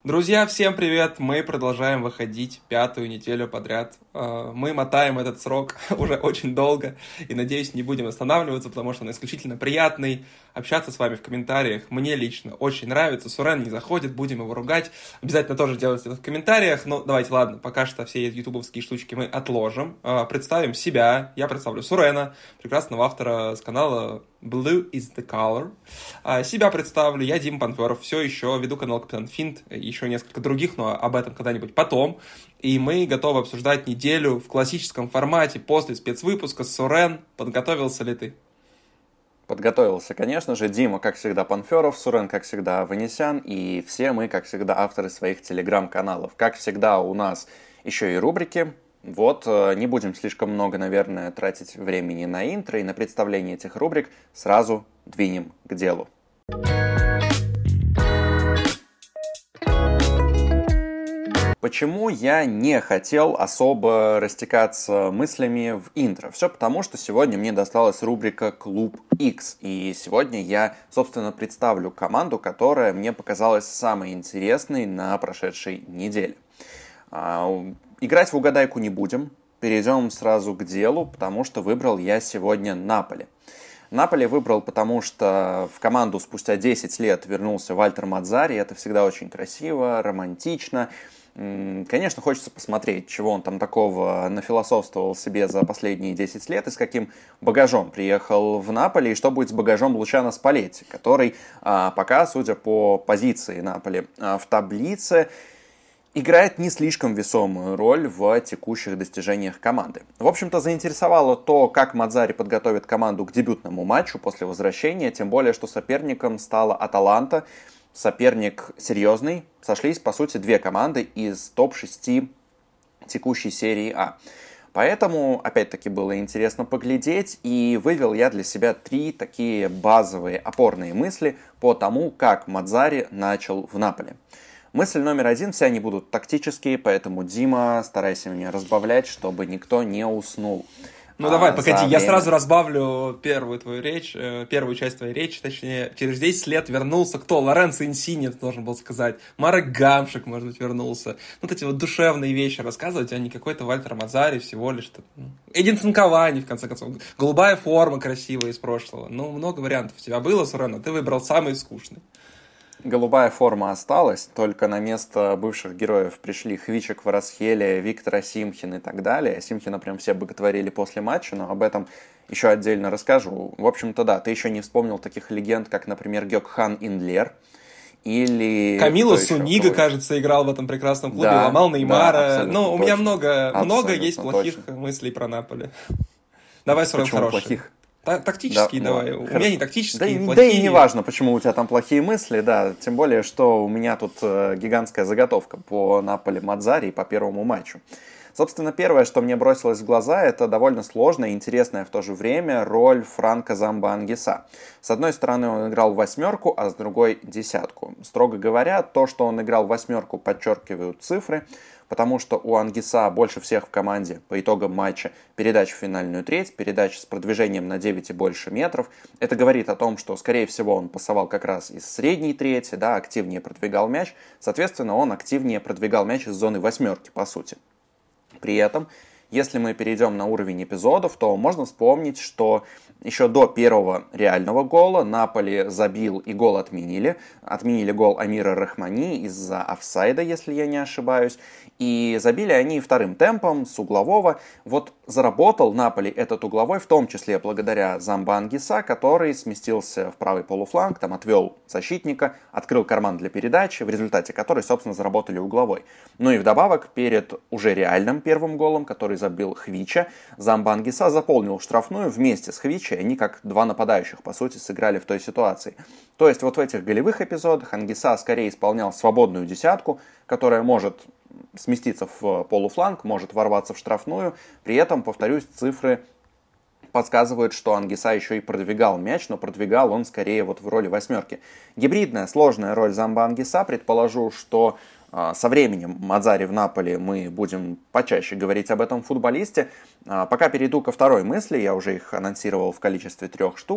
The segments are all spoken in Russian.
Друзья, всем привет! Мы продолжаем выходить пятую неделю подряд. Мы мотаем этот срок уже очень долго и, надеюсь, не будем останавливаться, потому что он исключительно приятный. Общаться с вами в комментариях мне лично очень нравится. Сурен не заходит, будем его ругать. Обязательно тоже делайте это в комментариях. Но давайте, ладно, пока что все ютубовские штучки мы отложим. Представим себя. Я представлю Сурена, прекрасного автора с канала Blue is the color. Себя представлю. Я Дима Панферов. Все еще веду канал Капитан Финт. Еще несколько других, но об этом когда-нибудь потом. И мы готовы обсуждать неделю в классическом формате после спецвыпуска. Сурен, подготовился ли ты? Подготовился, конечно же. Дима, как всегда, Панферов, Сурен, как всегда, Аванесян, и все мы, как всегда, авторы своих телеграм-каналов. Как всегда, у нас еще и рубрики. Вот, не будем слишком много, наверное, тратить времени на интро и на представление этих рубрик. Сразу двинем к делу. Почему я не хотел особо растекаться мыслями в интро? Все потому, что сегодня мне досталась рубрика «Клуб X». И сегодня я, собственно, представлю команду, которая мне показалась самой интересной на прошедшей неделе. Играть в угадайку не будем. Перейдем сразу к делу, потому что выбрал я сегодня Наполи. Наполи выбрал, потому что в команду спустя 10 лет вернулся Вальтер Маззари. Это всегда очень красиво, романтично. Конечно, хочется посмотреть, чего он там такого нафилософствовал себе за последние 10 лет и с каким багажом приехал в Наполи, и что будет с багажом Лучано Спалетти, который пока, судя по позиции Наполи в таблице, играет не слишком весомую роль в текущих достижениях команды. В общем-то, заинтересовало то, как Маззари подготовит команду к дебютному матчу после возвращения, тем более, что соперником стала Аталанта. Соперник серьезный. Сошлись, по сути, две команды из топ-6 текущей серии А. Поэтому, опять-таки, было интересно поглядеть, и вывел я для себя 3 такие базовые опорные мысли по тому, как Маззари начал в Наполи. Мысль номер 1, все они будут тактические, поэтому, Дима, старайся меня разбавлять, чтобы никто не уснул. Ну давай, погоди, я сразу разбавлю первую твою речь, первую часть твоей речи, точнее, через 10 лет вернулся кто? Лоренцо Инсини, ты должен был сказать. Марек Гамшик, может быть, вернулся. Вот эти вот душевные вещи рассказывать, а не какой-то Вальтер Маззари всего лишь. Эдинсон Кавани, в конце концов. Голубая форма красивая из прошлого. Ну, много вариантов у тебя было, Сурен, ты выбрал самый скучный. Голубая форма осталась, только на место бывших героев пришли Хвича Кварасхелия, Виктора Симхин и так далее. Симхина прям все боготворили после матча, но об этом еще отдельно расскажу. В общем-то, да, ты еще не вспомнил таких легенд, как, например, Гёкхан Индлер или... Камило Сунига, кажется, играл в этом прекрасном клубе, да, ломал Неймара. Да, ну, у меня много есть плохих мыслей про Наполи. Давай, Сурен, хорошие. Плохих? Тактические, да, давай. У меня не тактические, плохие. Да и не важно, почему у тебя там плохие мысли, да. Тем более, что у меня тут гигантская заготовка по Наполи Маззари и по первому матчу. Собственно, первое, что мне бросилось в глаза, это довольно сложная и интересная в то же время роль Франко Замбо Ангиса. С одной стороны, он играл в восьмерку, а с другой — десятку. Строго говоря, то, что он играл в восьмерку, подчеркивают цифры, потому что у Ангиса больше всех в команде по итогам матча передач в финальную треть, передач с продвижением на 9 и больше метров. Это говорит о том, что, скорее всего, он пасовал как раз из средней трети, да, активнее продвигал мяч. Соответственно, он активнее продвигал мяч из зоны восьмерки, по сути. При этом, если мы перейдем на уровень эпизодов, то можно вспомнить, что еще до первого реального гола Наполи забил и гол отменили. Отменили гол Амира Рахмани из-за офсайда, если я не ошибаюсь. И забили они вторым темпом с углового. Вот заработал Наполи этот угловой, в том числе благодаря Замбо Ангиса, который сместился в правый полуфланг, там отвел защитника, открыл карман для передачи, в результате которой, собственно, заработали угловой. Ну и вдобавок, перед уже реальным первым голом, который забил Хвича, Замбо Ангиса заполнил штрафную вместе с Хвича, и они как два нападающих, по сути, сыграли в той ситуации. То есть вот в этих голевых эпизодах Ангиса скорее исполнял свободную десятку, которая может сместиться в полуфланг, может ворваться в штрафную. При этом, повторюсь, цифры подсказывают, что Ангиса еще и продвигал мяч, но продвигал он скорее вот в роли восьмерки. Гибридная, сложная роль Замбо Ангиса. Предположу, что со временем Маззари в Наполи мы будем почаще говорить об этом футболисте. Пока перейду ко второй мысли, я уже их анонсировал в количестве 3 штук.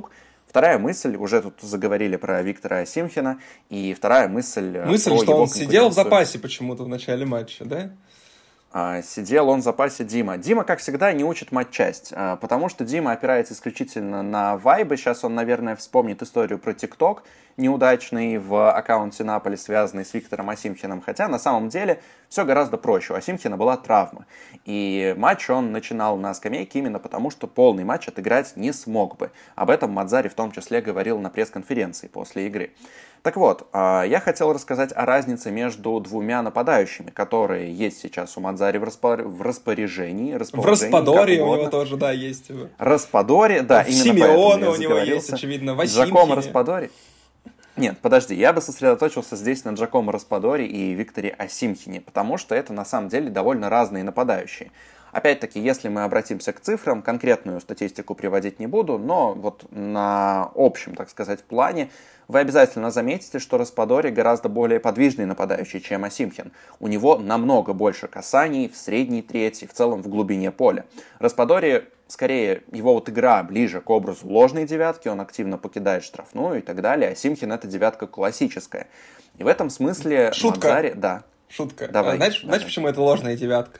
Вторая мысль, уже тут заговорили про Виктора Осимхина, и вторая мысль... Мысль, что он сидел в запасе почему-то в начале матча, да? Сидел он в запасе Дима. Дима, как всегда, не учит матчасть, потому что Дима опирается исключительно на вайбы. Сейчас он, наверное, вспомнит историю про ТикТок, неудачный в аккаунте Наполи, связанный с Виктором Осимхиным. Хотя, на самом деле, все гораздо проще. У Осимхина была травма. И матч он начинал на скамейке именно потому, что полный матч отыграть не смог бы. Об этом Мадзари в том числе говорил на пресс-конференции после игры. Так вот, я хотел рассказать о разнице между двумя нападающими, которые есть сейчас у Мадзари в распоряжении. В Распадоре у него тоже, да, есть. Распадоре, да, именно Симеоне у него есть, очевидно, в Джакомо Распадоре. Нет, подожди, я бы сосредоточился здесь на Джакомо Распадоре и Викторе Осимхине, потому что это на самом деле довольно разные нападающие. Опять-таки, если мы обратимся к цифрам, конкретную статистику приводить не буду, но вот на общем, так сказать, плане вы обязательно заметите, что Распадори гораздо более подвижный нападающий, чем Осимхин. У него намного больше касаний в средней трети, в целом в глубине поля. Распадори, скорее, его вот игра ближе к образу ложной девятки, он активно покидает штрафную и так далее. Осимхин — это девятка классическая. И в этом смысле Шутка. Мадзари... Да. Шутка. Давай, знаешь, почему это ложная девятка?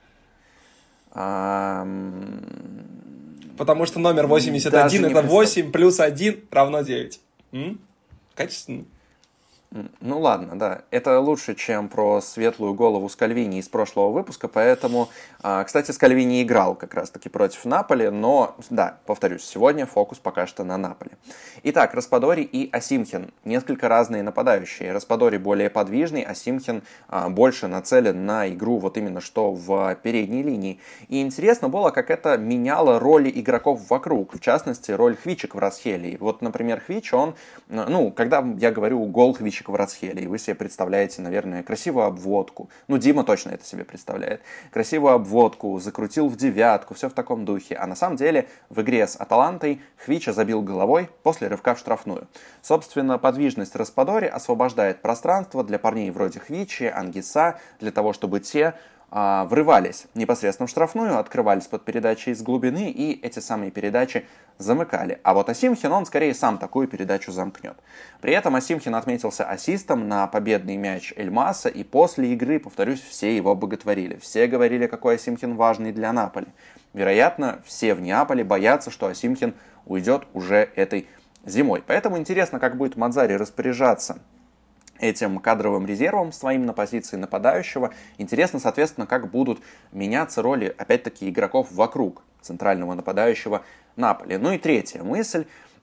Потому что номер 81 это 8 плюс 1 равно 9. Качественно. Ну ладно, да. Это лучше, чем про светлую голову Скальвини из прошлого выпуска, поэтому, кстати, Скальвини играл как раз-таки против Наполи, но, да, повторюсь, сегодня фокус пока что на Наполи. Итак, Распадори и Осимхин. Несколько разные нападающие. Распадори более подвижный, Осимхин больше нацелен на игру вот именно что в передней линии. И интересно было, как это меняло роли игроков вокруг, в частности, роль Хвича Кварацхелии. Вот, например, Хвич, он, когда я говорю гол Хвича Кварацхелии, вы себе представляете, наверное, красивую обводку. Дима точно это себе представляет. Красивую обводку, закрутил в девятку, все в таком духе. А на самом деле в игре с Аталантой Хвича забил головой после рывка в штрафную. Собственно, подвижность Распадори освобождает пространство для парней вроде Хвичи, Ангиса, для того, чтобы те врывались непосредственно в штрафную, открывались под передачи из глубины и эти самые передачи замыкали. А вот Осимхин, он скорее сам такую передачу замкнет. При этом Осимхин отметился ассистом на победный мяч Эльмаса, и после игры, повторюсь, все его боготворили. Все говорили, какой Осимхин важный для Наполи. Вероятно, все в Неаполе боятся, что Осимхин уйдет уже этой зимой. Поэтому интересно, как будет Мадзари распоряжаться этим кадровым резервом своим на позиции нападающего. Интересно, соответственно, как будут меняться роли, опять-таки, игроков вокруг центрального нападающего Наполи. Ну и третья мысль.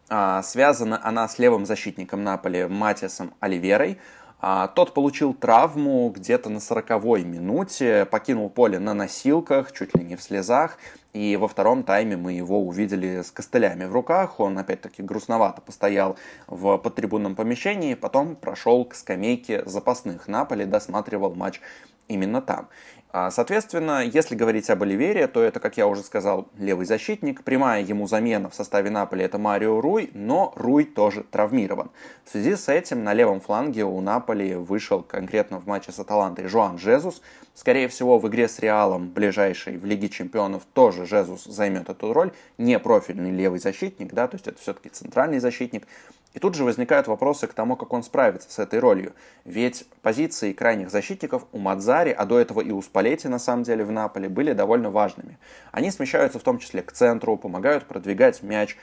Связана она с левым защитником Наполи Матиасом Оливерой. Тот получил травму где-то на 40-й минуте, покинул поле на носилках, чуть ли не в слезах. И во втором тайме мы его увидели с костылями в руках. Он, опять-таки, грустновато постоял в подтрибунном помещении, потом прошел к скамейке запасных Наполи, досматривал матч именно там. Соответственно, если говорить об Оливере, то это, как я уже сказал, левый защитник. Прямая ему замена в составе Наполи — это Марио Руй, но Руй тоже травмирован. В связи с этим на левом фланге у Наполи вышел конкретно в матче с Аталантой Жоан Жезус. Скорее всего, в игре с Реалом, ближайшей в Лиге Чемпионов, тоже Жезус займет эту роль. Не профильный левый защитник, да, то есть это все-таки центральный защитник. И тут же возникают вопросы к тому, как он справится с этой ролью. Ведь позиции крайних защитников у Мадзари, а до этого и у Спалетти, на самом деле, в Наполе, были довольно важными. Они смещаются в том числе к центру, помогают продвигать мяч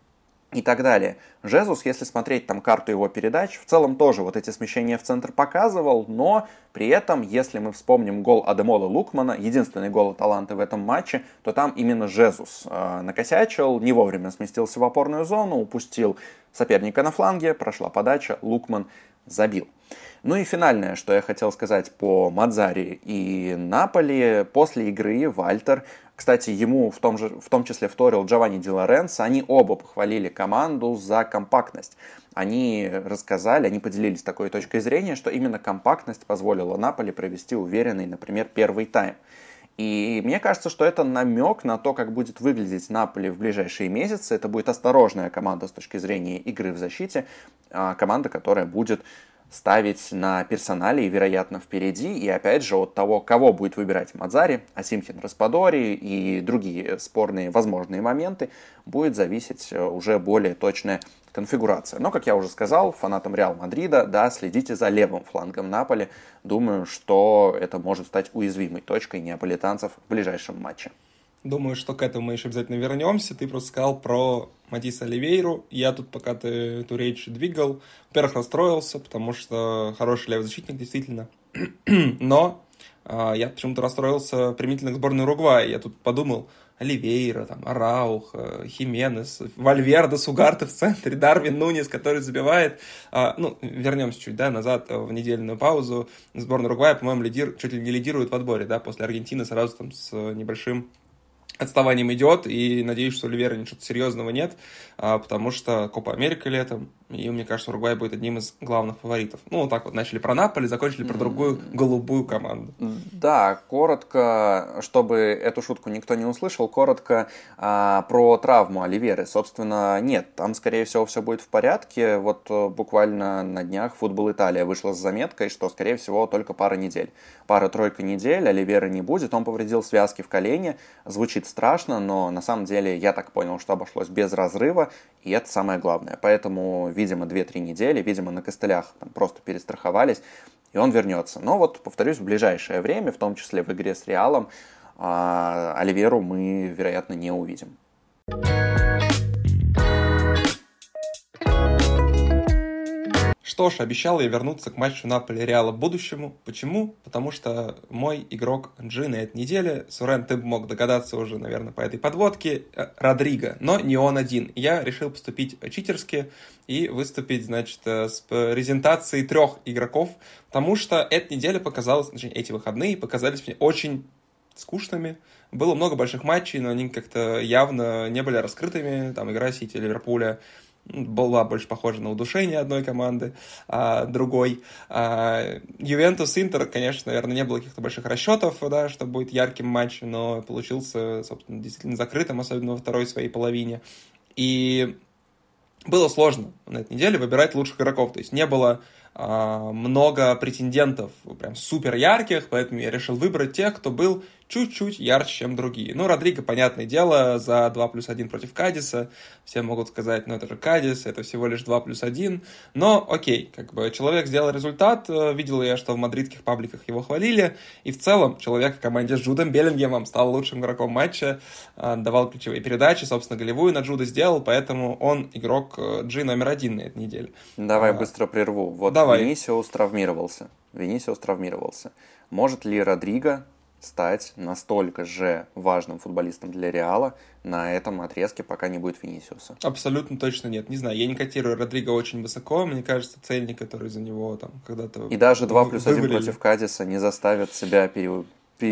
и так далее. Жезус, если смотреть там карту его передач, в целом тоже вот эти смещения в центр показывал, но при этом, если мы вспомним гол Адемола Лукмана, единственный гол Аталанты в этом матче, то там именно Жезус накосячил, не вовремя сместился в опорную зону, упустил соперника на фланге, прошла подача, Лукман забил. Ну и финальное, что я хотел сказать по Мадзари и Наполи. После игры Вальтер, кстати, ему в том числе вторил Джованни Ди Лоренцо, они оба похвалили команду за компактность. Они рассказали, они поделились такой точкой зрения, что именно компактность позволила Наполи провести уверенный, например, первый тайм. И мне кажется, что это намек на то, как будет выглядеть Наполи в ближайшие месяцы. Это будет осторожная команда с точки зрения игры в защите. Команда, которая будет ставить на персоналии, вероятно, впереди. И опять же, от того, кого будет выбирать Мадзари, Асимхин Распадори и другие спорные возможные моменты, будет зависеть уже более точная конфигурация. Но, как я уже сказал, фанатам Реал Мадрида, да, следите за левым флангом Наполи. Думаю, что это может стать уязвимой точкой неаполитанцев в ближайшем матче. Думаю, что к этому мы еще обязательно вернемся. Ты просто сказал про Матиса Оливейру. Я тут, пока ты эту речь двигал, во-первых, расстроился, потому что хороший левый защитник, действительно. Но я почему-то расстроился применительно к сборной Уругвая. Я тут подумал, Оливейра, там, Араух, Хименес, Вальверде, Сугарте в центре, Дарвин Нунес, который забивает. Вернемся чуть назад в недельную паузу. Сборная Уругвая, по-моему, чуть ли не лидирует в отборе, да, после Аргентины сразу там с небольшим отставанием идет, и надеюсь, что у Оливейра ничего серьезного нет, потому что Копа Америка летом, и мне кажется, Уругвай будет одним из главных фаворитов. Вот так вот начали про Наполи, закончили про другую голубую команду. Да, коротко, чтобы эту шутку никто не услышал, коротко про травму Оливейры. Собственно, нет, там, скорее всего, все будет в порядке. Вот буквально на днях Футбол Италия вышла с заметкой, что, скорее всего, только пара недель. Пара-тройка недель, Оливейры не будет, он повредил связки в колене, звучит страшно, но на самом деле я так понял, что обошлось без разрыва, и это самое главное. Поэтому, видимо, 2-3 недели, видимо, на костылях там просто перестраховались, и он вернется. Но вот, повторюсь, в ближайшее время, в том числе в игре с Реалом, Оливейру мы, вероятно, не увидим. Что ж, обещал я вернуться к матчу Наполи-Реала будущему. Почему? Потому что мой игрок G на этой неделе, Сурен, ты мог догадаться уже, наверное, по этой подводке, Родриго, но не он один. Я решил поступить читерски и выступить, значит, с презентацией 3 игроков, потому что эта неделя показалась, эти выходные показались мне очень скучными. Было много больших матчей, но они как-то явно не были раскрытыми. Там игра Сити, Ливерпуля была больше похожа на удушение одной команды, другой. Ювентус, Интер, конечно, наверное, не было каких-то больших расчетов, да, что будет ярким матчем, но получился, собственно, действительно закрытым, особенно во второй своей половине. И было сложно на этой неделе выбирать лучших игроков, то есть не было много претендентов прям супер ярких, поэтому я решил выбрать тех, кто был чуть-чуть ярче, чем другие. Родриго, понятное дело, за 2+1 против Кадиса. Все могут сказать, это же Кадис, это всего лишь 2+1. Но окей, человек сделал результат. Видел я, что в мадридских пабликах его хвалили. И в целом человек в команде с Джудом Беллингемом стал лучшим игроком матча, давал ключевые передачи, собственно, голевую на Джуда сделал, поэтому он игрок G номер 1 на этой неделе. Давай быстро прерву. Давай. Винисиус травмировался. Может ли Родриго стать настолько же важным футболистом для Реала на этом отрезке, пока не будет Винисиуса? Абсолютно точно нет. Не знаю, я не котирую Родриго очень высоко. Мне кажется, цельник, который за него там когда-то... И даже 2+1 против Кадиса не заставит себя переменить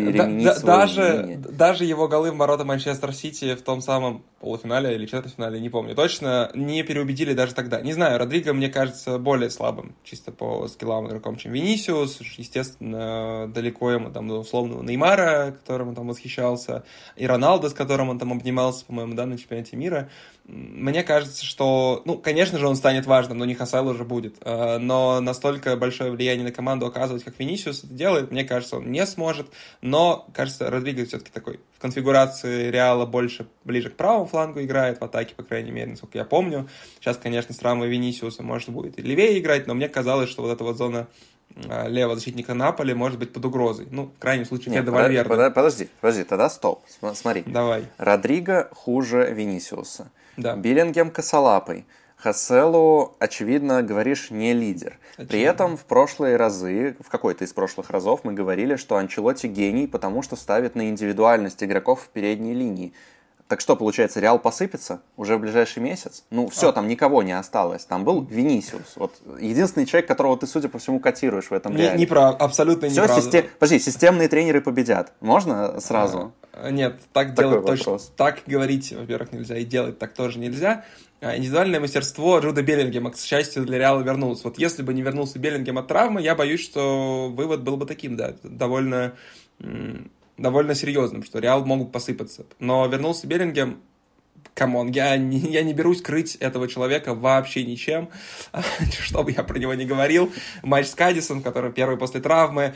даже его голы в ворота Манчестер Сити в том самом полуфинале или четвертьфинале, не помню точно, не переубедили даже тогда. Не знаю, Родриго мне кажется более слабым чисто по скиллам игроком, чем Винисиус. Естественно, далеко ему там до условного Неймара, которым он там восхищался, и Роналдо, с которым он там обнимался, по-моему, на чемпионате мира. Мне кажется, что, конечно же, он станет важным, но не Хасайл уже будет. Но настолько большое влияние на команду оказывать, как Винисиус это делает, мне кажется, он не сможет. Но, кажется, Родриго все-таки такой в конфигурации Реала больше ближе к правому флангу играет, в атаке, по крайней мере, насколько я помню. Сейчас, конечно, с травмой Винисиуса может будет и левее играть, но мне казалось, что вот эта вот зона левого защитника Наполи может быть под угрозой. В крайнем случае, Феде Вальверде. Подожди, тогда стоп. Смотри. Давай. Родриго хуже Винисиуса. Да. Беллингем косолапый. Хаселу, очевидно, говоришь, не лидер. Очевидно. При этом в прошлые разы, в какой-то из прошлых разов мы говорили, что Анчелотти гений, потому что ставит на индивидуальность игроков в передней линии. Так что, получается, Реал посыпется уже в ближайший месяц? Все, там никого не осталось. Там был Винисиус. Вот единственный человек, которого ты, судя по всему, котируешь в этом Реале. Абсолютно неправда. Подожди, системные тренеры победят. Можно сразу? Нет, так Такой делать вопрос. точно. Так говорить, во-первых, нельзя, и делать так тоже нельзя. Индивидуальное мастерство Джуда Беллингема, к счастью, для Реала вернулось. Вот если бы не вернулся Беллингем от травмы, я боюсь, что вывод был бы таким, да, довольно серьезным, что Реал мог посыпаться. Но вернулся Беллингем, камон, я не берусь крыть этого человека вообще ничем, что бы я про него не говорил. Матч с Кадисом, который первый после травмы,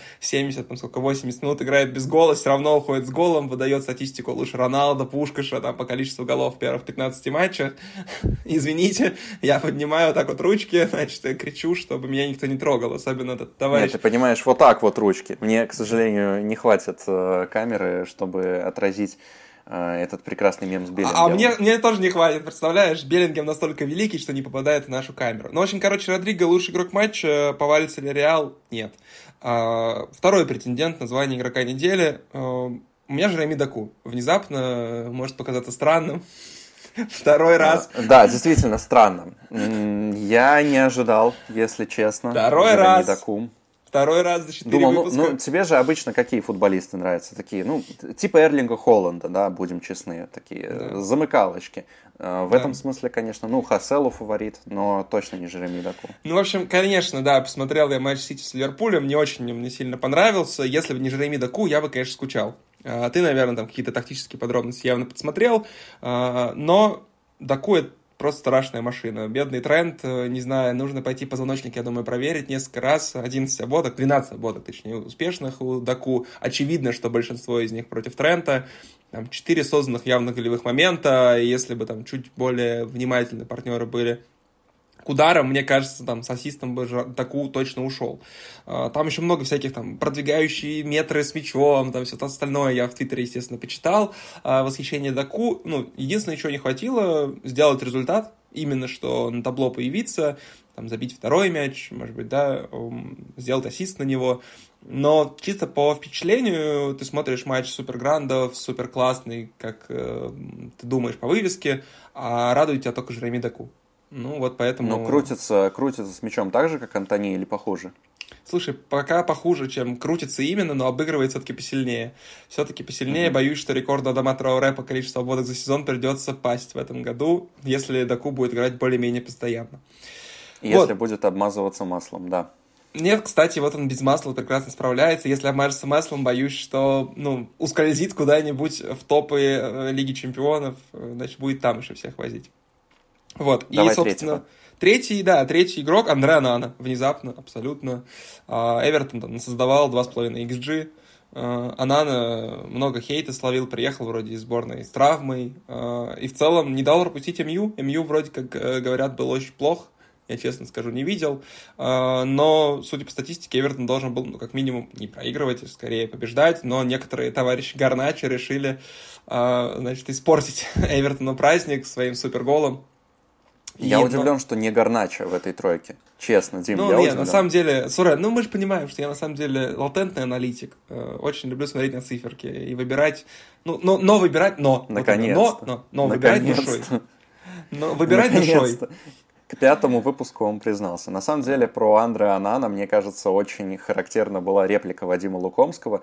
80 минут играет без гола, все равно уходит с голом, выдает статистику лучше Роналдо, Пушкаша, там, по количеству голов в первых 15 матчах. Извините, я поднимаю вот так вот ручки, значит, я кричу, чтобы меня никто не трогал, особенно этот товарищ. Нет, ты понимаешь, вот так вот ручки. Мне, к сожалению, не хватит камеры, чтобы отразить этот прекрасный мем с Беллингемом. А мне тоже не хватит, представляешь? Беллингем настолько великий, что не попадает в нашу камеру. Ну, в общем, короче, Родриго лучший игрок матча, повалится ли Реал? Нет. Второй претендент на звание игрока недели. У меня Жереми Доку. Внезапно может показаться странным. Второй раз. Да, действительно странно. Я не ожидал, если честно. Второй раз. Доку. Второй раз за 4 Думал, выпуска. ну, тебе же обычно какие футболисты нравятся? Такие, ну, типа Эрлинга Холланда, да, будем честны. Такие замыкалочки. В этом смысле, конечно, ну, Хаселу фаворит, но точно не Жереми Доку. Ну, в общем, конечно, да, посмотрел я матч Сити с Ливерпулем, мне сильно понравился. Если бы не Жереми Доку, я бы, конечно, скучал. Ты, наверное, там какие-то тактические подробности явно подсмотрел, но Доку — это просто страшная машина. Бедный Трент, не знаю, нужно пойти позвоночник, я думаю, проверить несколько раз. 11 обводок, 12 обводок, точнее, успешных у Доку. Очевидно, что большинство из них против Трента. Там 4 созданных явно голевых момента. И если бы там чуть более внимательны партнеры были к ударам, мне кажется, там с ассистом бы Доку точно ушел. Там еще много всяких там продвигающие метры с мячом, там все остальное я в Твиттере, естественно, почитал. Восхищение Доку. Ну, единственное, чего не хватило, сделать результат, именно что на табло появиться, там, забить второй мяч, может быть, да, сделать ассист на него. Но чисто по впечатлению ты смотришь матч суперграндов, супер классный, как ты думаешь по вывеске, а радует тебя только Жереми Доку. Ну, вот поэтому... Но крутится с мячом так же, как Антони, или похуже? Слушай, пока похуже, чем крутится именно, но обыгрывает все-таки посильнее. Все-таки посильнее. Боюсь, что рекорду Адама Трауре по количеству обводок за сезон придется пасть в этом году, если Доку будет играть более-менее постоянно. Если будет обмазываться маслом, да. Нет, кстати, вот он без масла прекрасно справляется. Если обмажется маслом, боюсь, что ускользит куда-нибудь в топы Лиги Чемпионов, значит, будет там еще всех возить. Вот, давай и, собственно, третий игрок Андре Онана, внезапно, абсолютно. Эвертон там создавал 2,5 XG. Онана много хейта словил, приехал вроде из сборной с травмой. И в целом не дал пропустить МЮ. МЮ вроде, как говорят, был очень плох. Я, честно скажу, не видел. Но, судя по статистике, Эвертон должен был, как минимум, не проигрывать, а скорее побеждать. Но некоторые товарищи Гарначо решили, значит, испортить Эвертону праздник своим суперголом. Я удивлен, что не Гарначо в этой тройке. Честно, Дим, я удивлен. На самом деле, Сурен, мы же понимаем, что я на самом деле латентный аналитик. Очень люблю смотреть на циферки и выбирать, выбирать. Наконец-то. Но выбирать душой. Но выбирать душой. К 5-му выпуску он признался. На самом деле, про Андре Онана, мне кажется, очень характерна была реплика Вадима Лукомского.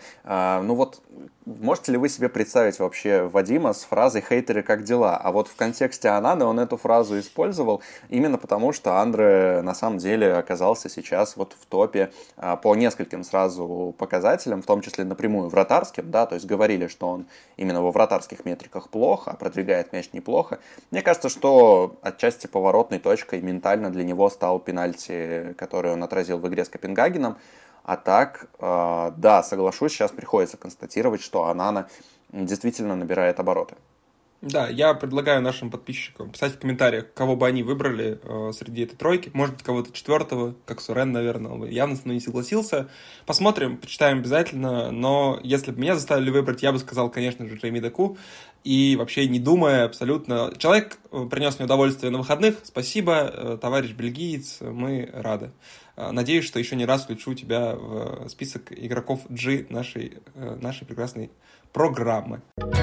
Можете ли вы себе представить вообще Вадима с фразой «хейтеры, как дела?». А вот в контексте Онаны он эту фразу использовал именно потому, что Андре на самом деле оказался сейчас вот в топе по нескольким сразу показателям, в том числе напрямую вратарским, да, то есть говорили, что он именно во вратарских метриках плохо, а продвигает мяч неплохо. Мне кажется, что отчасти поворотной точкой ментально для него стал пенальти, который он отразил в игре с Копенгагеном. А так, да, соглашусь, сейчас приходится констатировать, что Онана действительно набирает обороты. Да, я предлагаю нашим подписчикам писать в комментариях, кого бы они выбрали среди этой тройки. Может быть, кого-то четвертого, как Сурен, наверное, он бы явно со мной не согласился. Посмотрим, почитаем обязательно. Но если бы меня заставили выбрать, я бы сказал, конечно же, Жереми Доку. И вообще, не думая абсолютно... Человек принес мне удовольствие на выходных. Спасибо, товарищ бельгиец, мы рады. Надеюсь, что еще не раз включу тебя в список игроков G нашей прекрасной программы.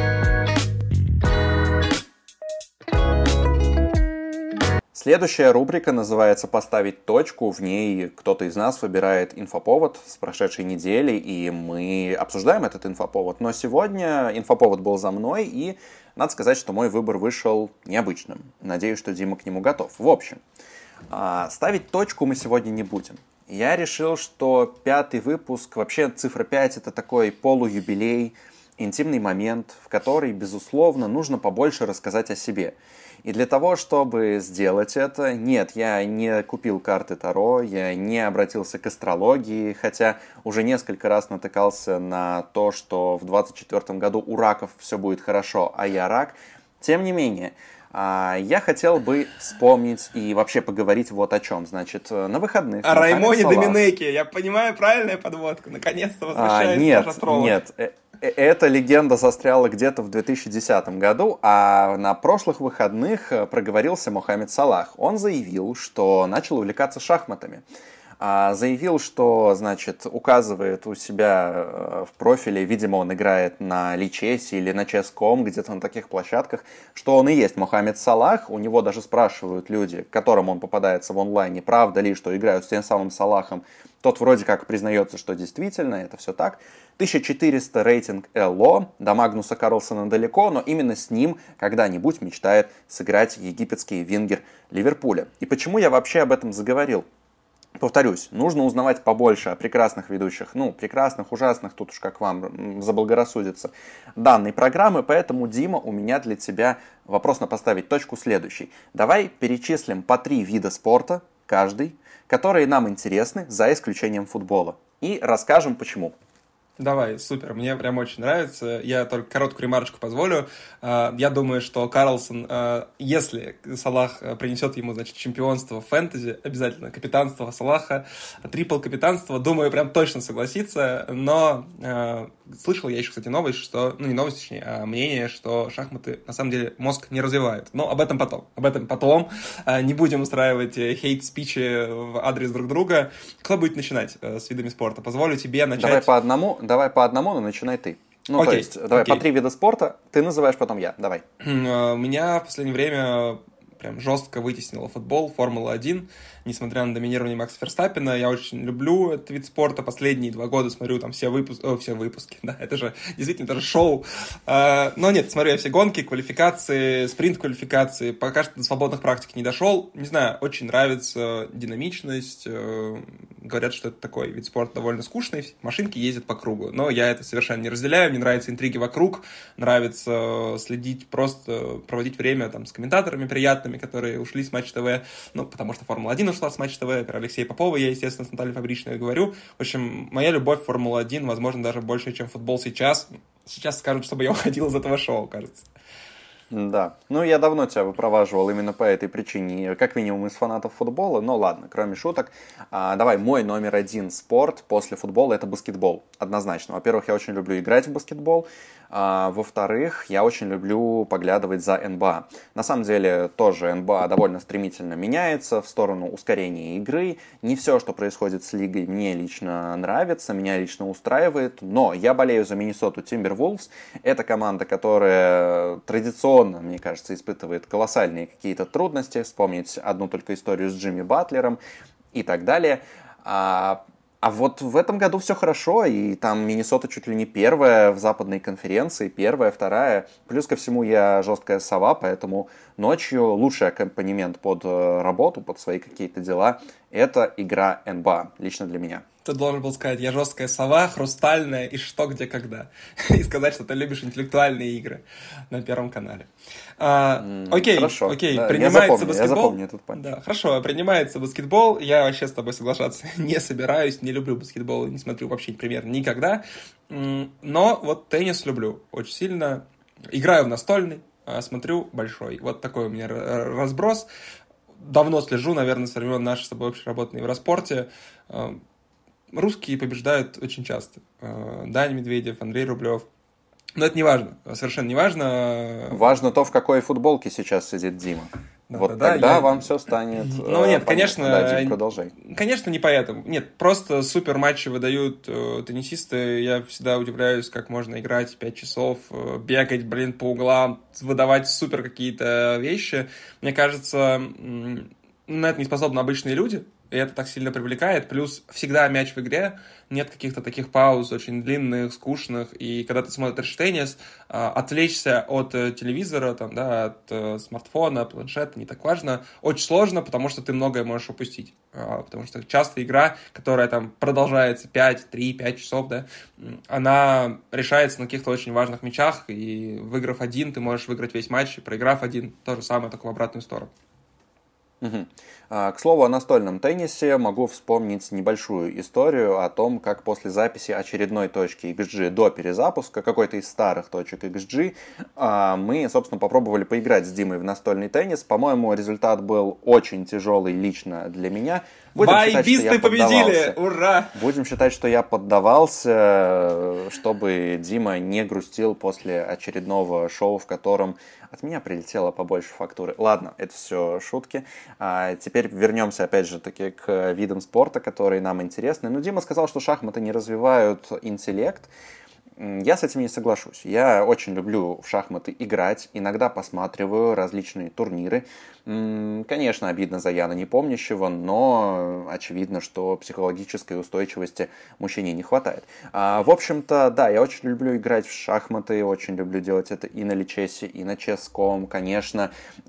Следующая рубрика называется «Поставить точку». В ней кто-то из нас выбирает инфоповод с прошедшей недели, и мы обсуждаем этот инфоповод. Но сегодня инфоповод был за мной, и надо сказать, что мой выбор вышел необычным. Надеюсь, что Дима к нему готов. В общем, ставить точку мы сегодня не будем. Я решил, что 5-й выпуск, вообще цифра 5 это такой полуюбилей. интимный момент, в который, безусловно, нужно побольше рассказать о себе. И для того, чтобы сделать это, нет, я не купил карты Таро, я не обратился к астрологии, хотя уже несколько раз натыкался на то, что в 2024 году у раков все будет хорошо, а я рак. Тем не менее, я хотел бы вспомнить и вообще поговорить вот о чем. Значит, на выходных... О Раймоне Доминеке, я понимаю, правильная подводка, наконец-то возвращается наш астролог. Нет, эта легенда застряла где-то в 2010 году, а на прошлых выходных проговорился Мохаммед Салах. Он заявил, что начал увлекаться шахматами. Заявил, что, значит, указывает у себя в профиле, видимо, он играет на Личесе или на Chess.com, где-то на таких площадках, что он и есть Мохаммед Салах. У него даже спрашивают люди, к которым он попадается в онлайне, правда ли, что играют с тем самым Салахом. Тот вроде как признается, что действительно это все так. 1400 рейтинг ЭЛО, до Магнуса Карлсона далеко, но именно с ним когда-нибудь мечтает сыграть египетский вингер Ливерпуля. И почему я вообще об этом заговорил? Повторюсь, нужно узнавать побольше о прекрасных ведущих, прекрасных, ужасных, тут уж как вам заблагорассудится, данной программы, поэтому, Дима, у меня для тебя вопрос на поставить точку следующий. Давай перечислим по 3 вида спорта, каждый, которые нам интересны, за исключением футбола, и расскажем почему. Давай, супер, мне прям очень нравится. Я только короткую ремарочку позволю. Я думаю, что Карлсон, если Салах принесет ему, значит, чемпионство в фэнтези, обязательно капитанство Салаха, трипл капитанство, думаю, прям точно согласится. Но слышал я еще, кстати, новость, что, не новость, точнее, а мнение, что шахматы на самом деле мозг не развивают. Но об этом потом. Не будем устраивать хейт-спичи в адрес друг друга. Кто будет начинать с видами спорта? Позволю тебе начать. Давай по одному, но начинай ты. То есть, давай по 3 вида спорта, ты называешь, потом я. Давай. Меня в последнее время прям жестко вытеснила футбол, Формула-1. Несмотря на доминирование Макса Ферстаппена, я очень люблю этот вид спорта. Последние 2 года смотрю там все выпуски. Да, это же действительно шоу. Но нет, смотрю я все гонки, квалификации, спринт-квалификации. Пока что до свободных практик не дошел. Не знаю, очень нравится динамичность. Говорят, что это такой вид спорта довольно скучный. Машинки ездят по кругу. Но я это совершенно не разделяю. Мне нравятся интриги вокруг. Нравится следить, просто проводить время там с комментаторами приятными, которые ушли с Матч ТВ. Потому что Формула-1 ушла с Матч ТВ, про Алексея Попова я, естественно, с Натальей Фабричной говорю. В общем, моя любовь к Формула-1, возможно, даже больше, чем футбол сейчас. Сейчас скажут, чтобы я уходил из этого шоу, кажется. Да, я давно тебя выпроваживал именно по этой причине, как минимум из фанатов футбола, но ладно, кроме шуток. Давай, мой номер 1 спорт после футбола — это баскетбол, однозначно. Во-первых, я очень люблю играть в баскетбол, во-вторых, я очень люблю поглядывать за НБА. На самом деле, тоже НБА довольно стремительно меняется в сторону ускорения игры. Не все, что происходит с лигой, мне лично нравится, меня лично устраивает, но я болею за Миннесоту Тимбервулвс. Это команда, которая традиционно, мне кажется, испытывает колоссальные какие-то трудности. Вспомнить одну только историю с Джимми Батлером и так далее. А вот в этом году все хорошо, и там Миннесота чуть ли не первая в западной конференции, первая, вторая. Плюс ко всему я жесткая сова, поэтому ночью лучший аккомпанемент под работу, под свои какие-то дела — это игра НБА, лично для меня. Ты должен был сказать: я жесткая сова, хрустальная и что, где, когда. И сказать, что ты любишь интеллектуальные игры на Первом канале. Окей, хорошо. Окей, да, принимается баскетбол. Я запомню этот панч. Да, хорошо, принимается баскетбол. Я вообще с тобой соглашаться не собираюсь, не люблю баскетбол, не смотрю вообще примерно никогда. Но вот теннис люблю очень сильно. Играю в настольный, смотрю большой. Вот такой у меня разброс. Давно слежу, наверное, со времен нашей с тобой общей работы на Евроспорте. Русские побеждают очень часто. Даня Медведев, Андрей Рублев. Но это не важно, совершенно не важно. Важно то, в какой футболке сейчас сидит Дима. Тогда вам все станет нет, конечно, да, Дим, продолжай. Конечно, не поэтому. Нет, просто супер матчи выдают теннисисты. Я всегда удивляюсь, как можно играть 5 часов, бегать, по углам, выдавать супер какие-то вещи. Мне кажется, на это не способны обычные люди. и это так сильно привлекает. Плюс всегда мяч в игре, нет каких-то таких пауз очень длинных, скучных, и когда ты смотришь теннис, отвлечься от телевизора, там, да, от смартфона, планшета не так важно, очень сложно, потому что ты многое можешь упустить, потому что часто игра, которая там продолжается 3-5 часов, да, она решается на каких-то очень важных мячах, и выиграв один, ты можешь выиграть весь матч, и проиграв один, то же самое, только в обратную сторону. Угу. К слову о настольном теннисе, могу вспомнить небольшую историю о том, как после записи очередной точки XG до перезапуска, какой-то из старых точек XG, мы, собственно, попробовали поиграть с Димой в настольный теннис. По-моему, результат был очень тяжелый лично для меня. Вайбисты победили! Ура! Будем считать, что я поддавался, чтобы Дима не грустил после очередного шоу, в котором от меня прилетело побольше фактуры. Ладно, это все шутки. Теперь вернемся, опять же, таки к видам спорта, которые нам интересны. Ну, Дима сказал, что шахматы не развивают интеллект. Я с этим не соглашусь. Я очень люблю в шахматы играть, иногда посматриваю различные турниры. Конечно, обидно за Яна Непомнящего, но очевидно, что психологической устойчивости мужчине не хватает. В общем-то, да, я очень люблю играть в шахматы, очень люблю делать это и на Личесе, и на Ческом. Конечно,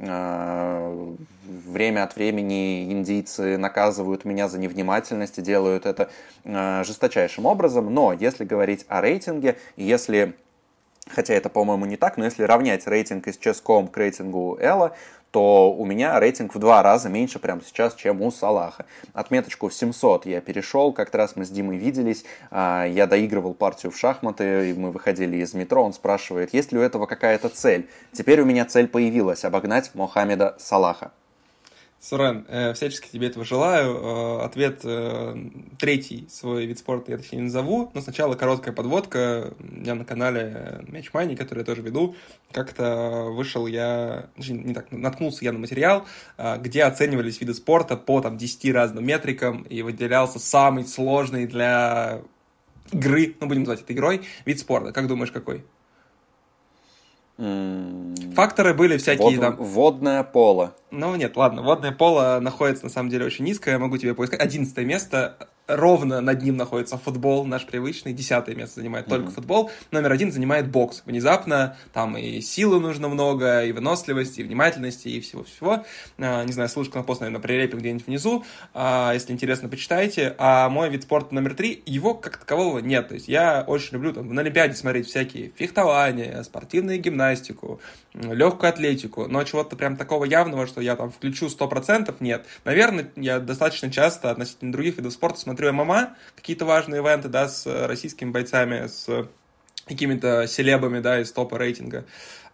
время от времени индийцы наказывают меня за невнимательность и делают это жесточайшим образом, но если говорить о рейтинге, если, хотя это, по-моему, не так, но если равнять рейтинг из Chess.com к рейтингу Элла, то у меня рейтинг в 2 раза меньше прямо сейчас, чем у Салаха. Отметочку в 700 я перешел, как-то раз мы с Димой виделись, я доигрывал партию в шахматы, и мы выходили из метро, он спрашивает, есть ли у этого какая-то цель. Теперь у меня цель появилась, обогнать Мохаммеда Салаха. Сурен, всячески тебе этого желаю. Ответ третий свой вид спорта я точнее не назову, но сначала короткая подводка. У меня на канале Мяч Мани, который я тоже веду, как-то вышел я, не так, наткнулся я на материал, где оценивались виды спорта по там 10 разным метрикам, и выделялся самый сложный для игры, ну будем называть это игрой, вид спорта. Как думаешь, какой? Факторы были всякие там... Водное поло. Ну нет, ладно, водное поло находится на самом деле очень низко, я могу тебе поискать. 11 место, ровно над ним находится футбол наш привычный, 10 место занимает только футбол, номер 1 занимает бокс. Внезапно там и силы нужно много, и выносливости, и внимательности, и всего-всего. Не знаю, ссылочку на пост, наверное, прилепим где-нибудь внизу, если интересно, почитайте. А мой вид спорта номер 3, его как такового нет. То есть я очень люблю там, на Олимпиаде смотреть всякие фехтования, спортивную гимнастику, легкую атлетику, но чего-то прям такого явного, что я там включу 100%, нет. Наверное, я достаточно часто относительно других видов спорта смотрю ММА, какие-то важные ивенты, да, с российскими бойцами, с какими-то селебами, да, из топа рейтинга.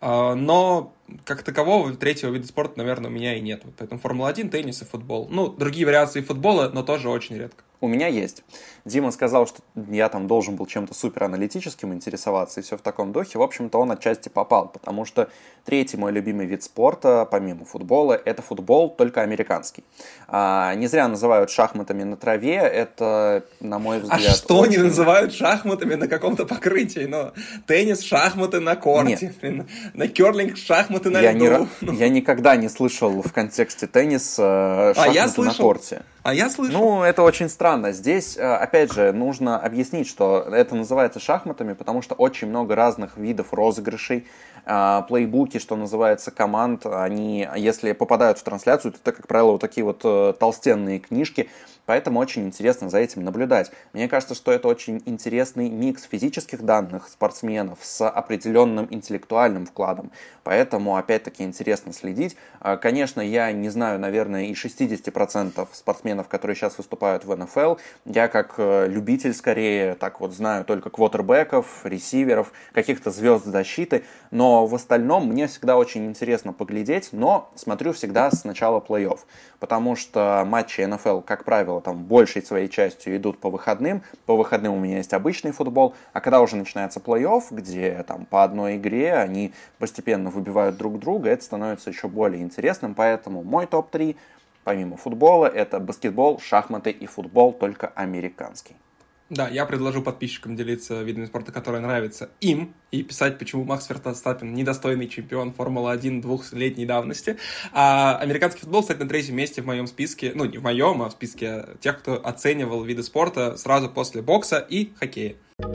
Но как такового третьего вида спорта, наверное, у меня и нет. Поэтому Формула-1, теннис и футбол. Ну, другие вариации футбола, но тоже очень редко. У меня есть. Дима сказал, что я там должен был чем-то супераналитическим интересоваться и все в таком духе. В общем-то, он отчасти попал, потому что третий мой любимый вид спорта, помимо футбола, это футбол, только американский. Не зря называют шахматами на траве, это, на мой взгляд... А что они называют шахматами на каком-то покрытии? Ну, теннис, шахматы на корте, на керлинг, шахматы на льду. Я никогда не слышал в контексте тенниса шахматы на корте. А я слышал. Ну, это очень странно. Здесь, опять же, нужно объяснить, что это называется шахматами, потому что очень много разных видов розыгрышей, плейбуки, что называется, команд, они, если попадают в трансляцию, то это, как правило, вот такие вот толстенные книжки, поэтому очень интересно за этим наблюдать. Мне кажется, что это очень интересный микс физических данных спортсменов с определенным интеллектуальным вкладом, поэтому, опять-таки, интересно следить. Конечно, я не знаю, наверное, и 60% спортсменов, которые сейчас выступают в НФЛ, я как любитель, скорее, так вот знаю только квотербеков, ресиверов, каких-то звезд защиты, но в остальном мне всегда очень интересно поглядеть, но смотрю всегда с начала плей-офф, потому что матчи НФЛ, как правило, там большей своей частью идут по выходным у меня есть обычный футбол, а когда уже начинается плей-офф, где там по одной игре они постепенно выбивают друг друга, это становится еще более интересным, поэтому мой топ-3, помимо футбола, это баскетбол, шахматы и футбол, только американский. Да, я предложу подписчикам делиться видами спорта, которые нравятся им, и писать, почему Макс Ферстаппен недостойный чемпион Формулы-1 двухлетней давности. А американский футбол, кстати, на третьем месте в моем списке, ну, не в моем, а в списке тех, кто оценивал виды спорта сразу после бокса и хоккея.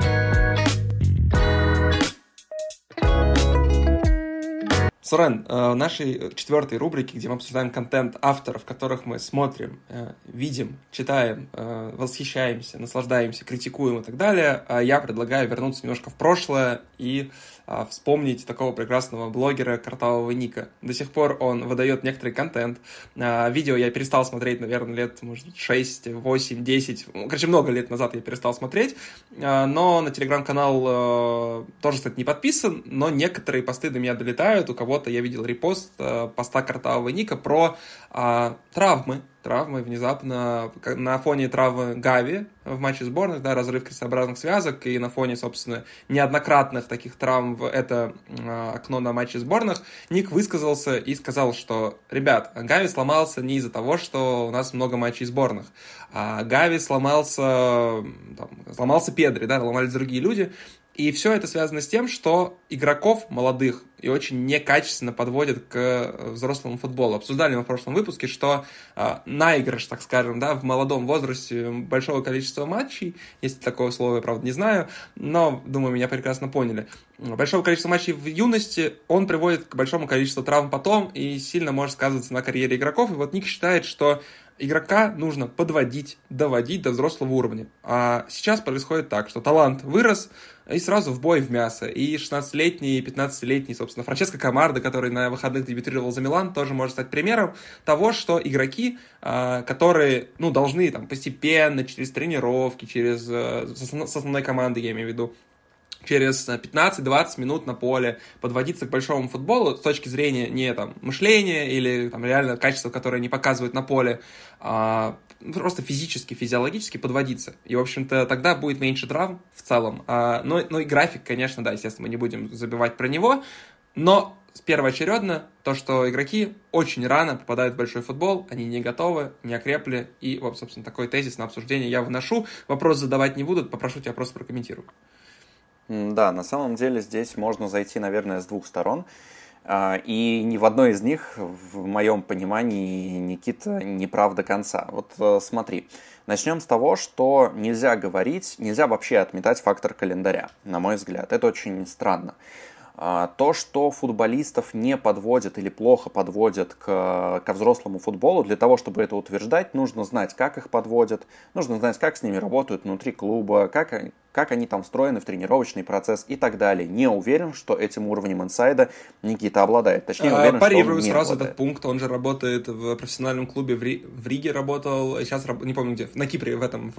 Сурен, в нашей четвертой рубрике, где мы обсуждаем контент авторов, которых мы смотрим, видим, читаем, восхищаемся, наслаждаемся, критикуем и так далее, я предлагаю вернуться немножко в прошлое и вспомнить такого прекрасного блогера Картавого Ника. До сих пор он выдает некоторый контент. Видео я перестал смотреть, наверное, лет, может, 6, 8, 10. Короче, много лет назад я перестал смотреть. Но на телеграм-канал тоже, кстати, не подписан, но некоторые посты до меня долетают. У кого-то я видел репост поста Картавого Ника про травмы внезапно на фоне травмы Гави в матче сборных, да, разрыв крестообразных связок, и на фоне, собственно, неоднократных таких травм в это окно на матче сборных, Ник высказался и сказал, что, ребят, Гави сломался не из-за того, что у нас много матчей сборных, а Гави сломался Педри, да, ломались другие люди. И все это связано с тем, что игроков молодых и очень некачественно подводят к взрослому футболу. Обсуждали мы в прошлом выпуске, что наигрыш, так скажем, да, в молодом возрасте большого количества матчей, если такого слова я, правда, не знаю, но, думаю, меня прекрасно поняли. Большого количества матчей в юности он приводит к большому количеству травм потом и сильно может сказываться на карьере игроков. И вот Ник считает, что игрока нужно доводить до взрослого уровня. А сейчас происходит так, что талант вырос, и сразу в бой в мясо. И 16-летний, и 15-летний, собственно, Франческо Камардо, который на выходных дебютировал за Милан, тоже может стать примером того, что игроки, которые, должны там постепенно, через тренировки, с основной командой, я имею в виду, через 15-20 минут на поле подводиться к большому футболу с точки зрения не мышления или реально качества, которые они показывают на поле, а просто физически, физиологически подводиться. И, в общем-то, тогда будет меньше травм в целом. Но и график, конечно, да, естественно, мы не будем забывать про него, но первоочередно то, что игроки очень рано попадают в большой футбол, они не готовы, не окрепли, и, вот, собственно, такой тезис на обсуждение я вношу. Вопрос задавать не буду, попрошу тебя просто прокомментировать. Да, на самом деле здесь можно зайти, наверное, с двух сторон. И ни в одной из них, в моем понимании, Никита не прав до конца. Вот смотри, начнем с того, что нельзя вообще отметать фактор календаря, на мой взгляд. Это очень странно. То, что футболистов не подводят или плохо подводят ко взрослому футболу, для того, чтобы это утверждать, нужно знать, как их подводят, нужно знать, как с ними работают внутри клуба, как они там встроены в тренировочный процесс и так далее. Не уверен, что этим уровнем инсайда Никита обладает. Точнее, уверен, парирую что он не сразу обладает. Этот пункт, он же работает в профессиональном клубе в Риге работал, сейчас не помню где, на Кипре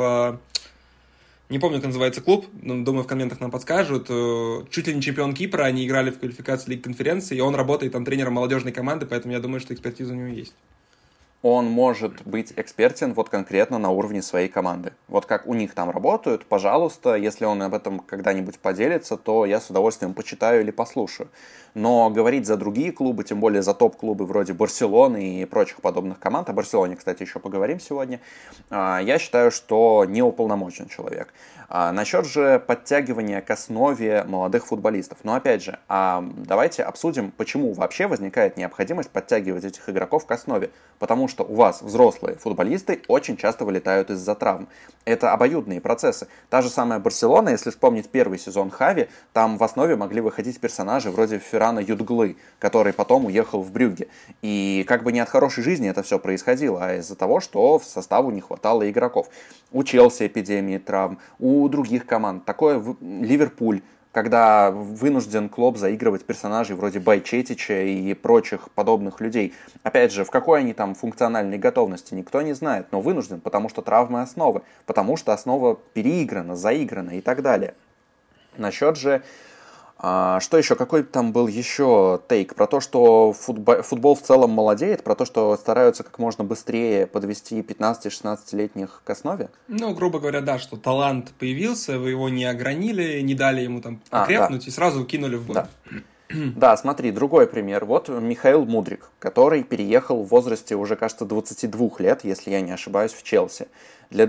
не помню, как называется клуб, но, думаю, в комментах нам подскажут. Чуть ли не чемпион Кипра, они играли в квалификации Лиги Конференции, и он работает там тренером молодежной команды, поэтому я думаю, что экспертиза у него есть. Он может быть экспертен вот конкретно на уровне своей команды. Вот как у них там работают, пожалуйста, если он об этом когда-нибудь поделится, то я с удовольствием почитаю или послушаю. Но говорить за другие клубы, тем более за топ-клубы вроде Барселоны и прочих подобных команд, о Барселоне, кстати, еще поговорим сегодня, я считаю, что не уполномочен человек. Насчет же подтягивания к основе молодых футболистов. Но опять же, давайте обсудим, почему вообще возникает необходимость подтягивать этих игроков к основе. Потому что у вас взрослые футболисты очень часто вылетают из-за травм. Это обоюдные процессы. Та же самая Барселона, если вспомнить первый сезон Хави, там в основе могли выходить персонажи вроде Феррана Юдглы, который потом уехал в Брюгге. И как бы не от хорошей жизни это все происходило, а из-за того, что в составу не хватало игроков. У Челси эпидемии травм, у других команд. Такое Ливерпуль, когда вынужден Клоп заигрывать персонажей вроде Байчетича и прочих подобных людей. Опять же, в какой они там функциональной готовности, никто не знает, но вынужден, потому что травмы основы, потому что основа переиграна, заиграна и так далее. Насчет же, что еще, какой там был еще тейк? Про то, что футбол в целом молодеет, про то, что стараются как можно быстрее подвести 15-16-летних к основе? Грубо говоря, да, что талант появился, вы его не огранили, не дали ему там окрепнуть и сразу кинули в бой. Да. Да, смотри, другой пример. Вот Михаил Мудрик, который переехал в возрасте уже, кажется, 22 лет, если я не ошибаюсь, в Челси. Для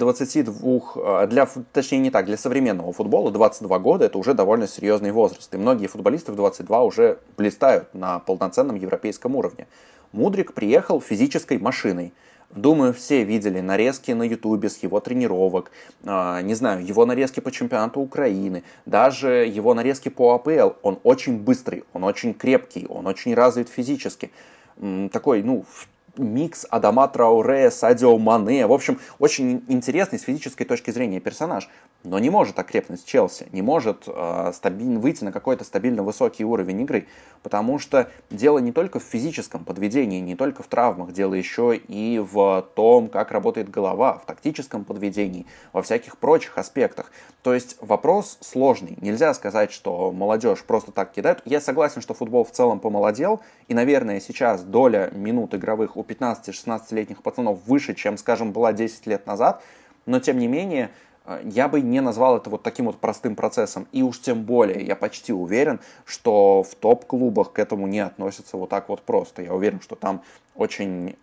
22, точнее не так, для современного футбола 22 года это уже довольно серьезный возраст. И многие футболисты в 22 уже блистают на полноценном европейском уровне. Мудрик приехал физической машиной. Думаю, все видели нарезки на Ютубе с его тренировок, не знаю, его нарезки по чемпионату Украины, даже его нарезки по АПЛ. Он очень быстрый, он очень крепкий, он очень развит физически. Такой, микс Адама Трауре, Садио Мане. В общем, очень интересный с физической точки зрения персонаж, но не может окрепнуть Челси, не может выйти на какой-то стабильно высокий уровень игры, потому что дело не только в физическом подведении, не только в травмах, дело еще и в том, как работает голова, в тактическом подведении, во всяких прочих аспектах. То есть вопрос сложный. Нельзя сказать, что молодежь просто так кидает. Я согласен, что футбол в целом помолодел, и, наверное, сейчас доля минут игровых у 15-16-летних пацанов выше, чем, скажем, была 10 лет назад, но, тем не менее, я бы не назвал это вот таким вот простым процессом. И уж тем более, я почти уверен, что в топ-клубах к этому не относятся вот так вот просто. Я уверен, что там очень,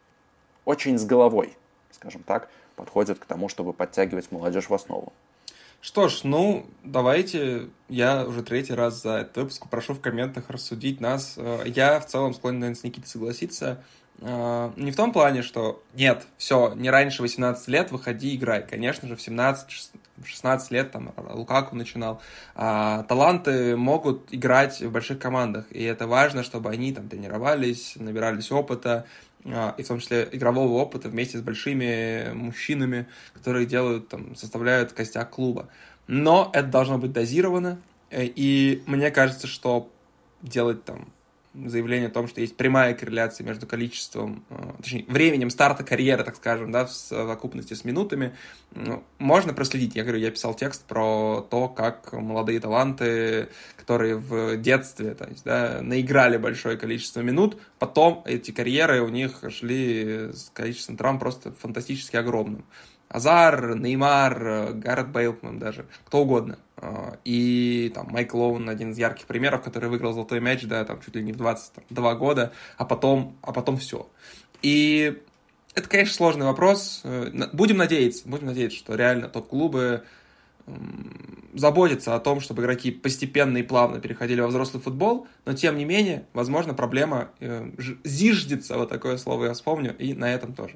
очень с головой, скажем так, подходят к тому, чтобы подтягивать молодежь в основу. Что ж, давайте, я уже 3-й раз за этот выпуск прошу в комментах рассудить нас. Я в целом склонен, наверное, с Никитой согласиться. Не в том плане, что нет, все, не раньше 18 лет выходи, играй. Конечно же, в 17-16 лет там Лукаку начинал. Таланты могут играть в больших командах, и это важно, чтобы они там тренировались, набирались опыта, и в том числе игрового опыта вместе с большими мужчинами, которые составляют костяк клуба. Но это должно быть дозировано, и мне кажется, что делать заявление о том, что есть прямая корреляция между количеством, точнее, временем старта карьеры, так скажем, в совокупности с минутами, можно проследить. Я говорю, я писал текст про то, как молодые таланты, которые в детстве, наиграли большое количество минут, потом эти карьеры у них шли с количеством травм просто фантастически огромным. Азар, Неймар, Гаррет Бейл, даже, кто угодно. И Майк Лоун, один из ярких примеров, который выиграл золотой мяч, чуть ли не в 22 года, а потом все. И это, конечно, сложный вопрос. Будем надеяться, что реально топ-клубы заботятся о том, чтобы игроки постепенно и плавно переходили во взрослый футбол, но, тем не менее, возможно, проблема зиждется, вот такое слово я вспомню, и на этом тоже.